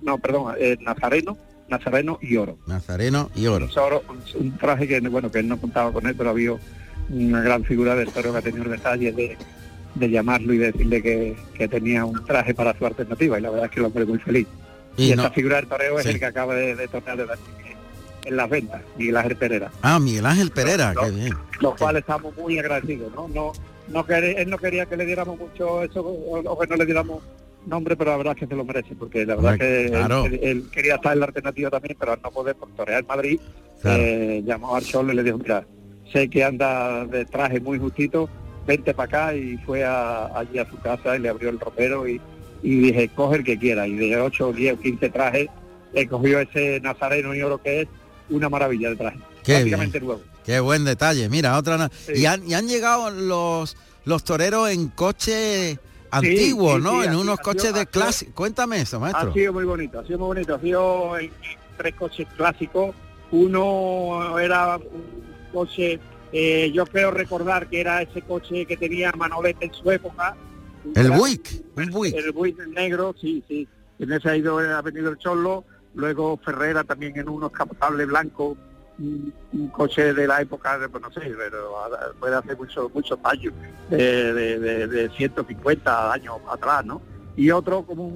Nazareno y oro. Nazareno y oro. Un traje que él no contaba con él, pero había una gran figura del toro que ha tenido el detalle de llamarlo y decirle que tenía un traje para su alternativa, y la verdad es que el hombre es muy feliz. Y esta figura del toreo es el que acaba de torear en Las Ventas, Miguel Ángel Pereira. Miguel Ángel Pereira, qué bien. Los cuales estamos muy agradecidos, ¿no? Él no quería que le diéramos mucho eso, o que no le diéramos nombre, pero la verdad es que se lo merece, porque la verdad es que él quería estar en la alternativa también, pero al no poder por torear en Madrid, llamó al Chorlo y le dijo, mira, sé que anda de traje muy justito, vente para acá, y fue allí a su casa y le abrió el ropero y dije, coge el que quiera, y de 8, 10, 15 trajes, le cogió ese Nazareno y oro que es una maravilla de traje. Qué prácticamente bien. Nuevo. Qué buen detalle. Mira, otra. Sí. Y han llegado los toreros en coches antiguos, ¿no? En unos coches de clásico. Cuéntame eso, maestro. Ha sido muy bonito. Ha sido en 3 coches clásicos. Uno era un coche, yo creo recordar que era ese coche que tenía Manolete en su época, El Buick, el Buick negro, sí. En ese ha venido el Chorlo, luego Ferrera también en unos capotable blanco, un coche de la época, pues no sé, pero puede hacer muchos años, de 150 años atrás, ¿no? Y otro como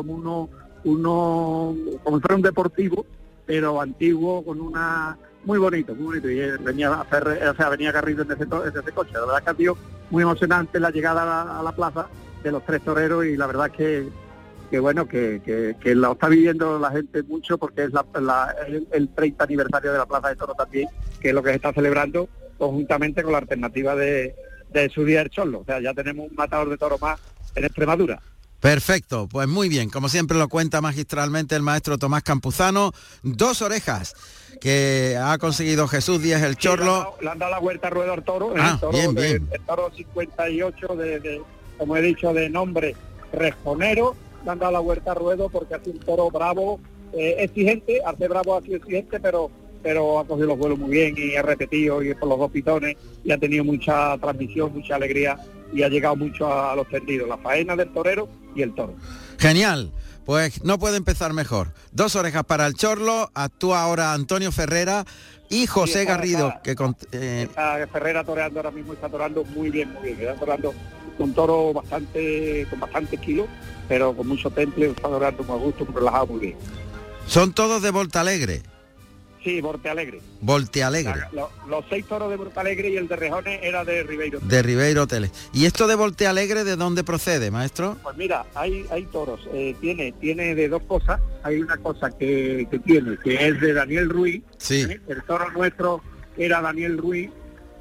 si fuera un deportivo, pero antiguo, con una muy bonito, y venía Garrido en ese coche. La verdad que ha sido muy emocionante la llegada a la plaza de los tres toreros, y la verdad que bueno, que lo está viviendo la gente mucho, porque es el 30 aniversario de la Plaza de Toros también, que es lo que se está celebrando conjuntamente con la alternativa de su día del Chorlo. O sea, ya tenemos un matador de toros más en Extremadura. Perfecto, pues muy bien, como siempre lo cuenta magistralmente el maestro Tomás Campuzano. 2 orejas que ha conseguido Jesús Díaz el Chorlo. Le han dado la vuelta a ruedo al toro, el toro, bien. El toro 58 como he dicho, de nombre Rejonero. Le han dado la vuelta a ruedo porque ha sido un toro bravo, exigente. Al ser bravo ha sido exigente, pero ha cogido los vuelos muy bien y ha repetido, y por los 2 pitones, y ha tenido mucha transmisión, mucha alegría, y ha llegado mucho a los tendidos, la faena del torero y el toro. Genial, pues no puede empezar mejor. 2 orejas para el Chorlo, actúa ahora Antonio Ferrera y José Garrido. Está Ferrera toreando ahora mismo, está toreando muy bien, está toreando un toro con bastante kilos, pero con mucho temple, está toreando muy a gusto, muy relajado, muy bien. ¿Son todos de Voltalegre? Sí, Voltealegre. Voltealegre. Los 6 toros de Voltealegre, y el de Rejones era de Ribeiro. De Ribeiro Hoteles. ¿Y esto de Voltealegre de dónde procede, maestro? Pues mira, hay toros. Tiene de 2 cosas. Hay una cosa que tiene, que es de Daniel Ruiz. Sí. El toro nuestro era Daniel Ruiz.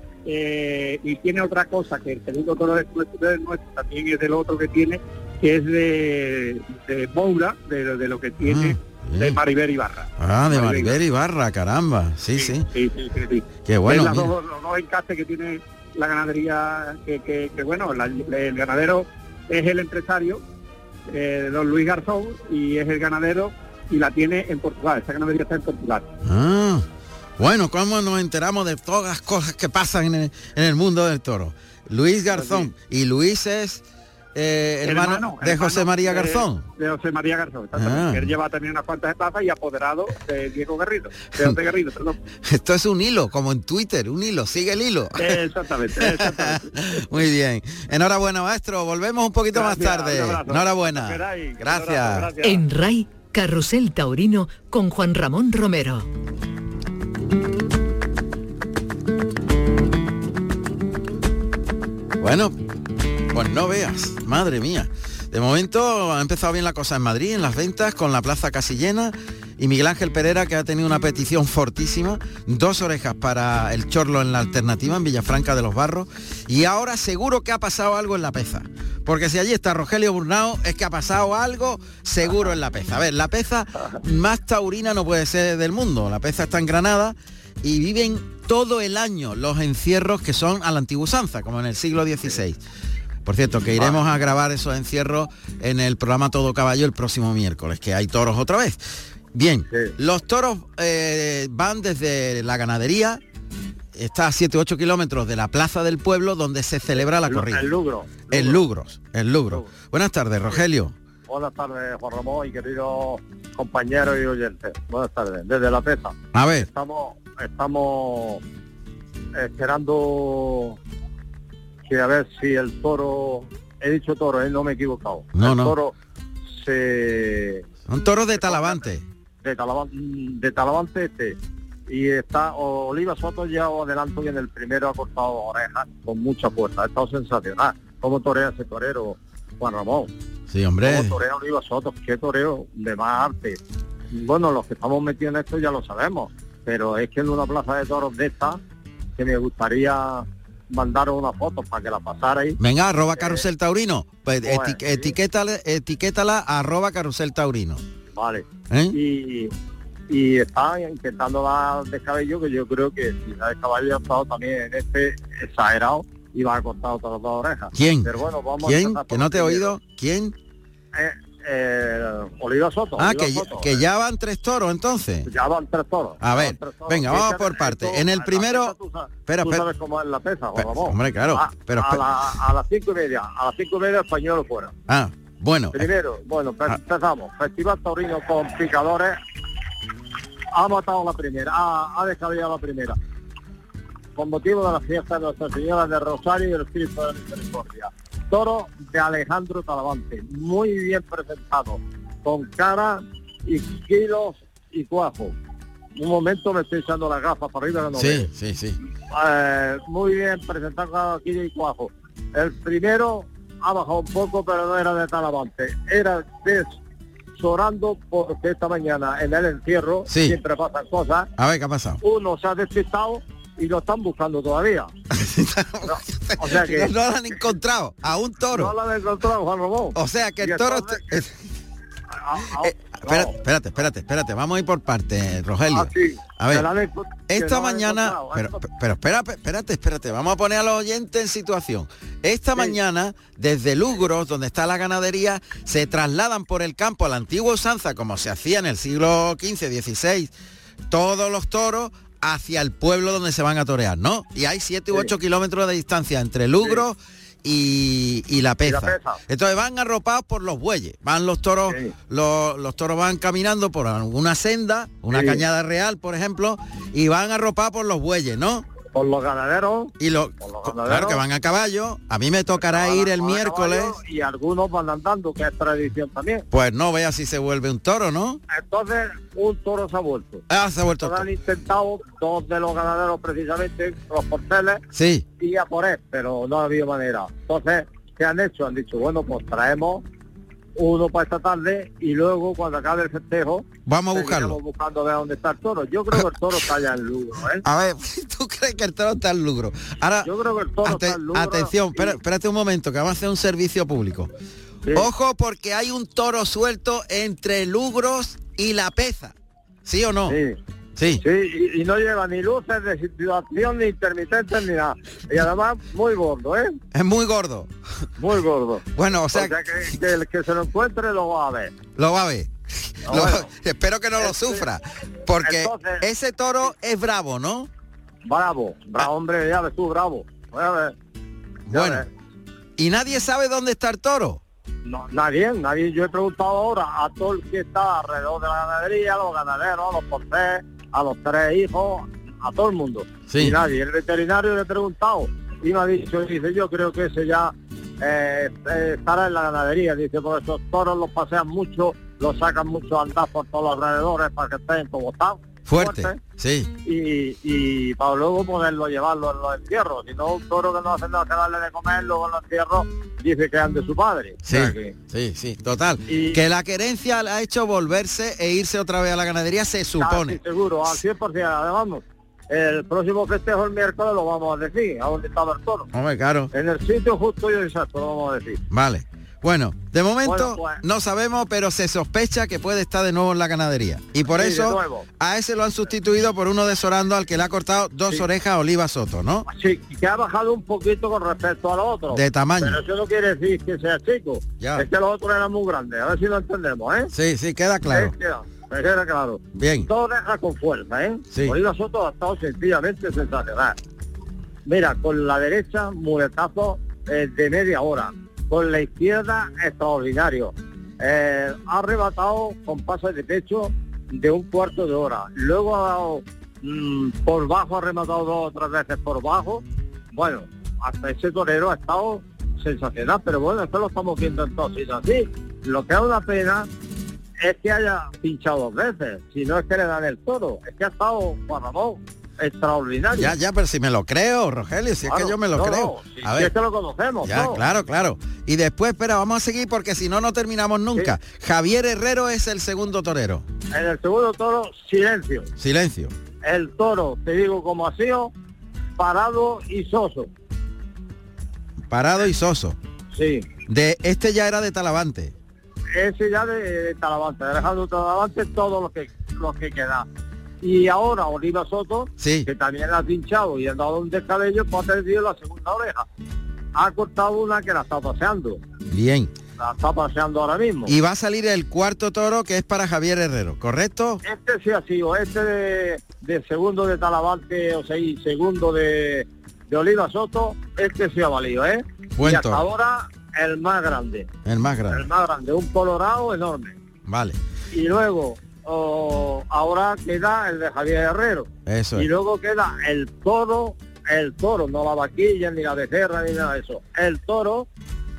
Y tiene otra cosa, que el segundo toro de nuestro también es del otro que tiene, que es de Moura, de lo que tiene... De Maribel Ibarra. De Maribel Ibarra, caramba. Sí. Qué bueno. Los 2 encastes que tiene la ganadería, que bueno, el ganadero es el empresario, don Luis Garzón, y es el ganadero, y la tiene en Portugal. Esta ganadería está en Portugal. Bueno, ¿cómo nos enteramos de todas las cosas que pasan en el mundo del toro? Luis Garzón. Y Luis es... hermano de José María Garzón. De José María Garzón, exactamente. Él lleva también unas cuantas etapas y apoderado de Diego Garrido, de José Garrido, perdón. Esto es un hilo, como en Twitter, un hilo, sigue el hilo. Exactamente. Muy bien. Enhorabuena, maestro, volvemos un poquito más tarde. Enhorabuena. Gracias. En RAI, Carrusel Taurino con Juan Ramón Romero. Bueno, pues no veas, madre mía. De momento ha empezado bien la cosa en Madrid, en las ventas, con la plaza casi llena, y Miguel Ángel Pereira, que ha tenido una petición fortísima, 2 orejas para el Chorlo en la alternativa, en Villafranca de los Barros, y ahora seguro que ha pasado algo en La Peza, porque si allí está Rogelio Burnao, es que ha pasado algo seguro en La Peza. A ver, La Peza más taurina no puede ser del mundo. La Peza está en Granada, y viven todo el año los encierros que son a la antigua usanza, como en el siglo XVI. Por cierto, que iremos a grabar esos encierros en el programa Todo Caballo el próximo miércoles, que hay toros otra vez. Bien, los toros van desde la ganadería, está a 7-8 kilómetros de la plaza del pueblo donde se celebra la corrida. En Lugros. Buenas tardes, Rogelio. Buenas tardes, Juan Ramón y queridos compañeros y oyentes. Buenas tardes, desde La Peza. A ver. Estamos esperando que a ver si el toro, he dicho toro, no me he equivocado. Toro un toro de Talavante. De Talavante y está Oliva Soto, ya adelanto, y en el primero ha cortado orejas con mucha fuerza. Ha estado sensacional. ¿Cómo torea ese torero, Juan Ramón? Sí, hombre. ¿Cómo torea Oliva Soto? Qué toreo de más arte. Bueno, los que estamos metidos en esto ya lo sabemos, pero es que en una plaza de toros de esta, que me gustaría mandaros una foto para que la pasarais. Venga, @Carrusel Taurino. Pues etiquétala @Carrusel Taurino. Vale. Y está intentando dar descabello, que yo creo que si la descaballo ha estado también en este exagerado y va a cortar otras 2 orejas. ¿Quién? Pero bueno, vamos ¿Quién? A que no te he oído. ¿Quién? Oliva Soto. Ah, Oliva Soto, que ya van 3 toros entonces. Ya van 3 toros. A ver, venga, vamos por partes. En el primero... Espera. Tú sabes cómo es la pesa, Juan Ramón. Hombre, claro. A las 5:30. A las 5:30 Español fuera. Ah, bueno. Primero, empezamos. Festival Taurino con picadores. Ha matado la primera. Ha descabellado la primera. Con motivo de la fiesta de Nuestra Señora de Rosario y el Cristo de la Misericordia. Toro de Alejandro Talavante, muy bien presentado, con cara y kilos y cuajo. Un momento me estoy echando las gafas para arriba. No sí, veo. sí. Muy bien presentado con kilos y cuajo. El primero ha bajado un poco, pero no era de Talavante, era de Sorando, porque esta mañana en el encierro siempre pasan cosas. A ver, ¿qué ha pasado? Uno se ha despistado y lo están buscando todavía. O sea que no lo han encontrado a un toro. No lo han encontrado, Juan Ramón. O sea que el toro... Espérate, vamos a ir por partes, Rogelio. A ver, esta mañana... Pero espérate, vamos a poner a los oyentes en situación. Esta mañana, desde Lugros, donde está la ganadería, se trasladan por el campo a la antigua usanza, como se hacía en el siglo XV, XVI, todos los toros hacia el pueblo donde se van a torear, ¿no? Y hay 7 u 8 kilómetros de distancia entre Lugros y la Peza. Entonces van arropados por los bueyes, van los toros, los toros van caminando por una senda, una cañada real, por ejemplo, y van arropados por los bueyes, ¿no? Por los ganaderos. Y claro, que van a caballo. A mí me tocará ir el miércoles. Y algunos van andando, que es tradición también. Pues no veas si se vuelve un toro, ¿no? Entonces, un toro se ha vuelto. Se ha vuelto. Han intentado 2 de los ganaderos, precisamente, los porteles. Sí. Y a por él, pero no ha habido manera. Entonces, ¿qué han hecho? Han dicho, bueno, pues traemos uno para esta tarde y luego cuando acabe el festejo vamos a buscarlo. Estamos buscando de dónde está el toro. Yo creo que el toro está allá en Lugro, ¿eh? A ver, ¿tú crees que el toro está en Lugro? Ahora, yo creo que el toro está en Lugro. Atención, espérate un momento, que vamos a hacer un servicio público. Sí. Ojo, porque hay un toro suelto entre Lugros y La Peza. ¿Sí o no? Sí, y no lleva ni luces de situación, ni intermitentes, ni nada. Y además, muy gordo, ¿eh? Es muy gordo. Muy gordo. Bueno, o sea que el que se lo encuentre lo va a ver. Lo va a ver. Espero que no lo sufra. Porque entonces, ese toro es bravo, ¿no? Bravo, hombre, ya ves tú, bravo. A ver. Bueno, ¿y nadie sabe dónde está el toro? No, nadie. Yo he preguntado ahora a todo el que está alrededor de la ganadería, a los ganaderos, a los porteros, a los 3 hijos, a todo el mundo. Y nadie. El veterinario le he preguntado y me ha dicho, dice, yo creo que ese ya estará en la ganadería. Dice, porque esos toros los pasean mucho, los sacan mucho a andar por todos los alrededores para que estén como están. Fuerte. Sí. Y para luego poderlo llevarlo en los entierros. Si no, un toro que no hace nada que darle de comer, luego en los entierros dice que es de su padre. Sí, total. Y que la querencia le ha hecho volverse e irse otra vez a la ganadería, se supone. Seguro, al 100%. Además, el próximo festejo el miércoles lo vamos a decir, a dónde estaba el toro. Hombre, claro. En el sitio justo y exacto lo vamos a decir. Vale. Bueno, de momento no sabemos, pero se sospecha que puede estar de nuevo en la ganadería. Y por eso a ese lo han sustituido por uno de Sorando, al que le ha cortado 2 orejas a Oliva Soto, ¿no? Sí, que ha bajado un poquito con respecto a los otros. De tamaño. Pero eso no quiere decir que sea chico. Ya. Es que los otros eran muy grandes. A ver si lo entendemos, ¿eh? Sí, queda claro. Me queda claro. Bien. 2 orejas con fuerza, ¿eh? Sí. Oliva Soto ha estado sencillamente sensacional. Mira, con la derecha, muletazo de media hora. Con la izquierda, extraordinario. Ha arrebatado con pases de pecho de 1/4 de hora. Luego ha dado por bajo, ha rematado 2 o 3 veces por bajo. Bueno, hasta ese torero ha estado sensacional, pero bueno, esto lo estamos viendo entonces así. Lo que es una pena es que haya pinchado 2 veces, si no es que le dan el toro. Es que ha estado, Juan Ramón, extraordinario. Ya, pero si me lo creo, Rogelio, si es que yo me lo creo. A ver, es que lo conocemos. Ya, claro. Y después, espera, vamos a seguir porque si no, no terminamos nunca. Sí. Javier Herrero es el segundo torero. En el segundo toro, silencio. El toro, te digo como ha sido, parado y soso. Sí. De este ya era de Talavante. Ese ya de Talavante, dejando Talavante todos los que quedan. Y ahora Oliva Soto, que también ha pinchado y ha dado un descabello, pues ha perdido la segunda oreja. Ha cortado una que la está paseando. Bien. la está paseando ahora mismo. Y va a salir el cuarto toro, que es para Javier Herrero, ¿correcto? Este sí ha sido, de segundo de Talavante, o sea, y segundo de Oliva Soto, este sí ha valido, ¿eh? Buen y hasta toro. ahora el más grande. El más grande. El más grande, un colorado enorme. Vale. Y luego, ahora queda el de Javier Herrero. Eso Y es. luego queda el toro, no la vaquilla, ni la becerra, ni nada de eso. El toro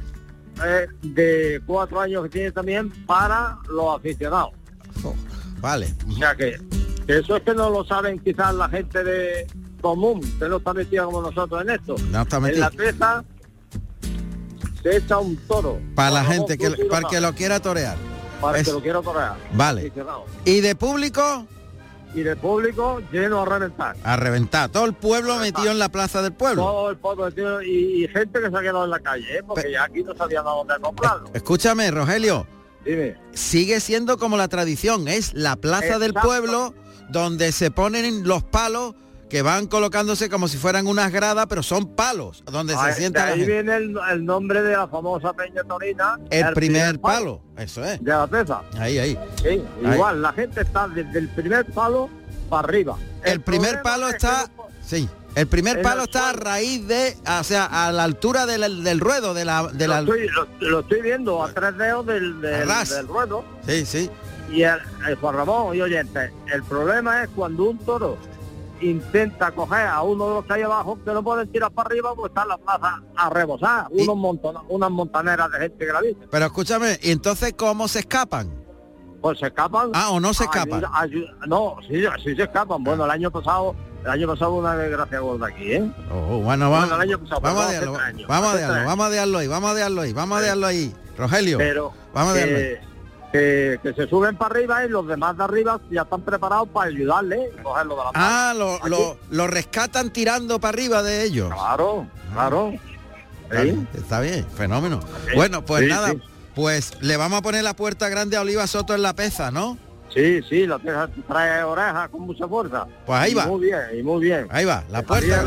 de 4 años que tiene también para los aficionados. Vale. O sea que eso es que no lo saben quizás la gente de común, que no está metida como nosotros en esto. No está En metido. la pesa se echa un toro. Para la Ramón gente, Cruz y para lo que lo quiera torear. Para Es- que lo quiera torear. Vale. Aficionado. ¿Y de público? Y de público lleno a reventar. A reventar. Todo el pueblo metido en la plaza del pueblo. Todo el pueblo, tío, y gente que se ha quedado en la calle, porque ya aquí no sabían a dónde comprarlo. Escúchame, Rogelio. Dime. Sigue siendo como la tradición. Es la plaza del Exacto. pueblo donde se ponen los palos que van colocándose como si fueran unas gradas, pero son palos donde se sienta la ahí gente. viene el nombre de la famosa Peña Torina. El primer palo. Eso es. De la pesa. Ahí. Sí, Ahí. igual, la gente está desde el primer palo para arriba. El primer problema palo es está... Sí. El primer en palo el está a suelo. raíz de... O sea, a la altura del ruedo, de la... Lo estoy viendo a 3 dedos del Arras. ruedo. Sí. Y el Juan Ramón y oyentes, el problema es cuando un toro intenta coger a uno de los que hay abajo, que no pueden tirar para arriba porque está en la plaza a rebosar, unas montaneras de gente que la dice. Pero escúchame, ¿y entonces cómo se escapan? Pues se escapan. Ah, ¿o no se escapan? No, sí se escapan. Bueno, el año pasado una desgracia gorda aquí, ¿eh? Bueno, vamos, el año pasado, vamos a hace dejarlo, 3 años, vamos a hace dejarlo, 3 vamos a dejarlo ahí. Rogelio, Pero vamos a dejarlo ahí. que se suben para arriba y los demás de arriba ya están preparados para ayudarle y cogerlo de la mano. Lo rescatan tirando para arriba de ellos. Claro. Está bien, fenómeno. Sí, Bueno, pues sí, nada, sí. pues le vamos a poner la puerta grande a Oliva Soto en la peza, ¿no? Sí, la teja trae orejas con mucha fuerza. Pues ahí Y va. Muy bien. Ahí va, la puerta.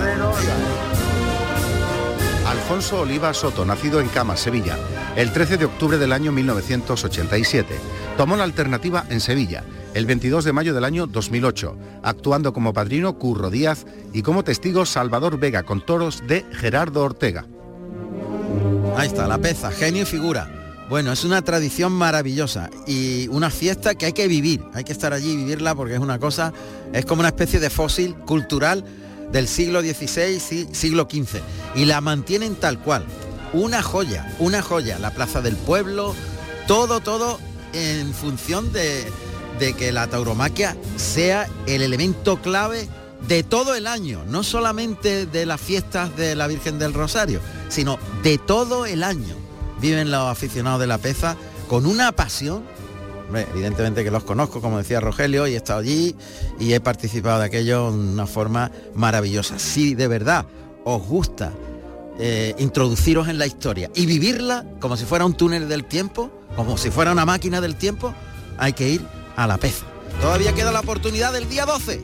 Alfonso Oliva Soto, nacido en Camas, Sevilla, el 13 de octubre del año 1987. Tomó la alternativa en Sevilla, el 22 de mayo del año 2008, actuando como padrino Curro Díaz y como testigo Salvador Vega con toros de Gerardo Ortega. Ahí está, la peza, genio y figura. Bueno, es una tradición maravillosa y una fiesta que hay que vivir, hay que estar allí y vivirla porque es una cosa, es como una especie de fósil cultural del siglo XVI, siglo XV, y la mantienen tal cual. Una joya, la plaza del pueblo, todo en función de que la tauromaquia sea el elemento clave de todo el año, no solamente de las fiestas de la Virgen del Rosario, sino de todo el año. Viven los aficionados de la peza con una pasión. Hombre, evidentemente que los conozco, como decía Rogelio, y he estado allí y he participado de aquello de una forma maravillosa. Si de verdad os gusta introduciros en la historia y vivirla como si fuera un túnel del tiempo, como si fuera una máquina del tiempo, hay que ir a la peza. Todavía queda la oportunidad del día 12.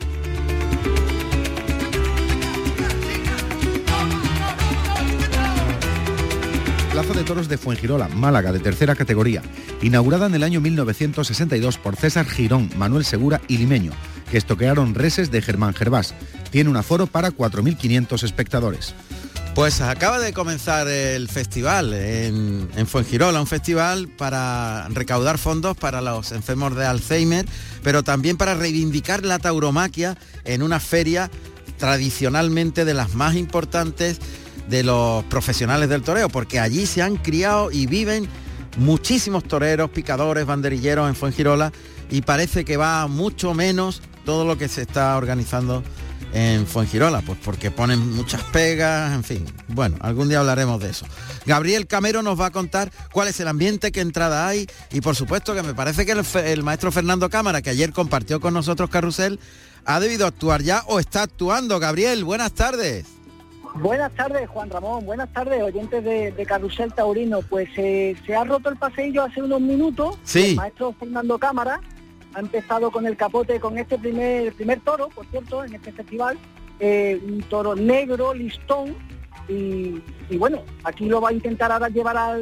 Plaza de Toros de Fuengirola, Málaga, de tercera categoría, inaugurada en el año 1962 por César Girón, Manuel Segura y Limeño, que estoquearon reses de Germán Gervás. Tiene un aforo para 4.500 espectadores. Pues acaba de comenzar el festival en Fuengirola, un festival para recaudar fondos para los enfermos de Alzheimer, pero también para reivindicar la tauromaquia en una feria tradicionalmente de las más importantes de los profesionales del toreo, porque allí se han criado y viven muchísimos toreros, picadores, banderilleros en Fuengirola, y parece que va mucho menos todo lo que se está organizando en Fuengirola, pues porque ponen muchas pegas, en fin. Bueno, algún día hablaremos de eso. Gabriel Camero nos va a contar cuál es el ambiente, qué entrada hay, y por supuesto que me parece que el maestro Fernando Cámara, que ayer compartió con nosotros Carrusel, ha debido actuar ya o está actuando. Gabriel, buenas tardes. Buenas tardes, Juan Ramón. Buenas tardes, oyentes de Carrusel Taurino. Pues se ha roto el paseillo hace unos minutos. Sí. El maestro Fernando Cámara ha empezado con el capote, con este primer toro, por cierto, en este festival. Un toro negro, listón. Y bueno, aquí lo va a intentar ahora llevar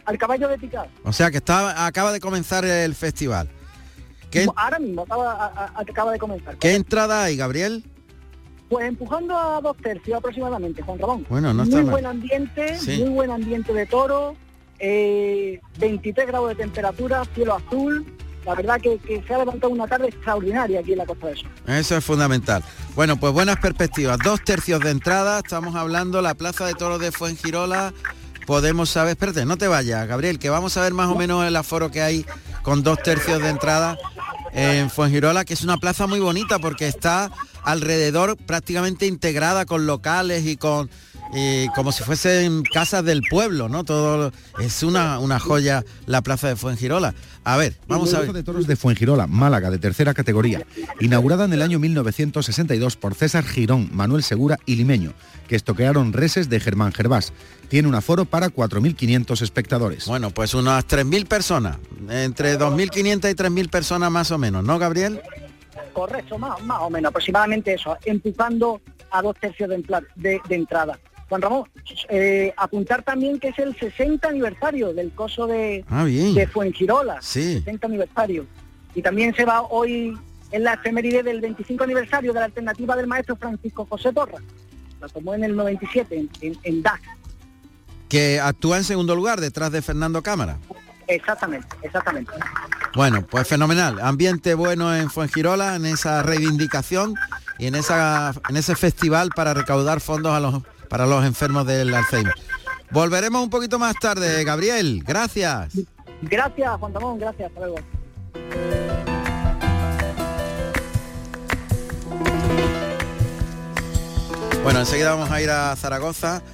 al caballo de picar. O sea que acaba de comenzar el festival. Ahora mismo acaba de comenzar. ¿Qué entrada hay, Gabriel? Pues empujando a 2/3 aproximadamente, Juan Ramón. Bueno, no está muy mal. Buen ambiente, Sí. muy buen ambiente de toro, 23 grados de temperatura, cielo azul. La verdad que se ha levantado una tarde extraordinaria aquí en la Costa del Sol. Eso es fundamental. Bueno, pues buenas perspectivas. 2/3 de entrada, estamos hablando, la Plaza de Toros de Fuengirola. Podemos saber, espérate, no te vayas, Gabriel, que vamos a ver más o menos el aforo que hay con 2/3 de entrada en Fuengirola, que es una plaza muy bonita porque está alrededor prácticamente integrada con locales y con como si fuesen casas del pueblo, ¿no? Todo es una joya la plaza de Fuengirola. A ver, vamos a ver. Plaza de Toros de Fuengirola, Málaga, de tercera categoría, inaugurada en el año 1962 por César Girón, Manuel Segura y Limeño, que estoquearon reses de Germán Gervás. Tiene un aforo para 4.500 espectadores. Bueno, pues unas 3.000 personas, entre 2.500 y 3.000 personas más o menos, ¿no, Gabriel? Correcto, más o menos, aproximadamente eso, empujando a 2/3 de entrada. Juan Ramón, apuntar también que es el 60 aniversario del coso de Fuengirola, sí. 60 aniversario. Y también se va hoy en la efeméride del 25 aniversario de la alternativa del maestro Francisco José Torra. La tomó en el 97 en DAC. Que actúa en segundo lugar, detrás de Fernando Cámara. Exactamente. Bueno, pues fenomenal. Ambiente bueno en Fuengirola, en esa reivindicación y en ese festival para recaudar fondos para los enfermos del Alzheimer. Volveremos un poquito más tarde, Gabriel. Gracias. Gracias, Juan Ramón. Gracias. Hasta luego. Bueno, enseguida vamos a ir a Zaragoza.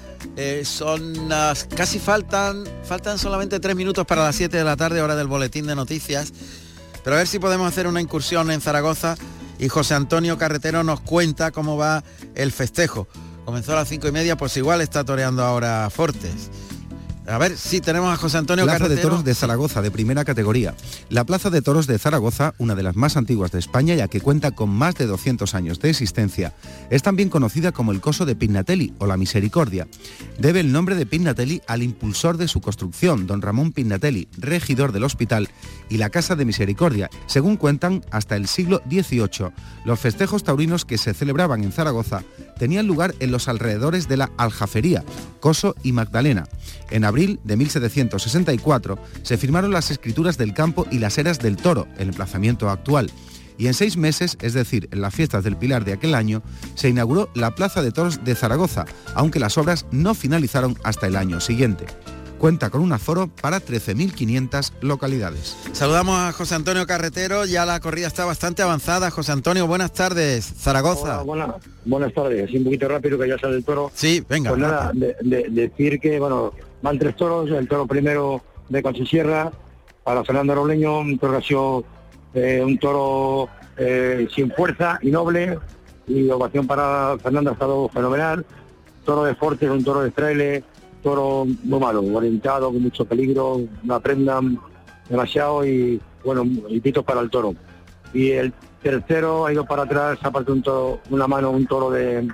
Casi faltan solamente 3 minutos para las 7 de la tarde, hora del boletín de noticias. Pero a ver si podemos hacer una incursión en Zaragoza y José Antonio Carretero nos cuenta cómo va el festejo. Comenzó a las 5:30, pues igual está toreando ahora Fortes. A ver si tenemos a José Antonio Plaza Carretero. de Toros de Zaragoza, de primera categoría. La Plaza de Toros de Zaragoza, una de las más antiguas de España, ya que cuenta con más de 200 años de existencia, es también conocida como el Coso de Pignatelli o la Misericordia. Debe el nombre de Pignatelli al impulsor de su construcción, don Ramón Pignatelli, regidor del hospital y la Casa de Misericordia, según cuentan hasta el siglo XVIII. Los festejos taurinos que se celebraban en Zaragoza tenían lugar en los alrededores de la Aljafería, Coso y Magdalena. En abril de 1764 se firmaron las escrituras del campo y las eras del toro, el emplazamiento actual. Y en 6 meses, es decir, en las fiestas del Pilar de aquel año, se inauguró la Plaza de Toros de Zaragoza, aunque las obras no finalizaron hasta el año siguiente. Cuenta con un aforo para 13.500 localidades. Saludamos a José Antonio Carretero, ya la corrida está bastante avanzada. José Antonio, buenas tardes, Zaragoza. Hola, buenas tardes, así un poquito rápido que ya sale el toro. Sí, venga. Pues nada, decir que, bueno, van 3 toros, el toro primero de Consisierra, para Fernando Robleño, un toro que ha sido un toro sin fuerza y noble, y ovación para Fernando, ha estado fenomenal. Toro de Fortes, un toro de trailer, toro muy malo, orientado, con mucho peligro, no aprendan demasiado y bueno, y pitos para el toro. Y el tercero ha ido para atrás, aparte un toro, un toro del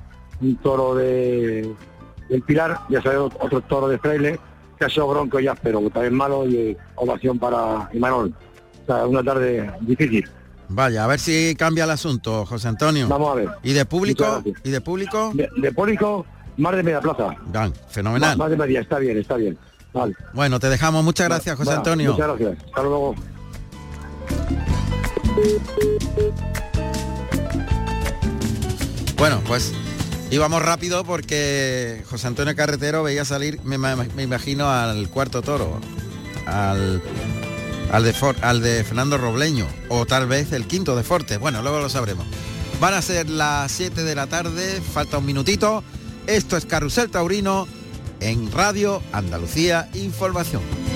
Pilar, ya salió otro toro de fraile, que ha sido bronco ya, pero también malo, y ovación para Imanol. O sea, una tarde difícil. Vaya, a ver si cambia el asunto, José Antonio. Vamos a ver. ¿Y de público? De público, más de media plaza. Van, fenomenal. Más de media, está bien. Vale. Bueno, te dejamos. Muchas gracias, José Antonio. Muchas gracias. Hasta luego. Bueno, pues íbamos rápido porque José Antonio Carretero veía salir, me imagino, al cuarto toro, al de Fernando Robleño, o tal vez el quinto de Fortes. Bueno, luego lo sabremos. Van a ser las 7 de la tarde, falta un minutito. Esto es Carrusel Taurino en Radio Andalucía Información.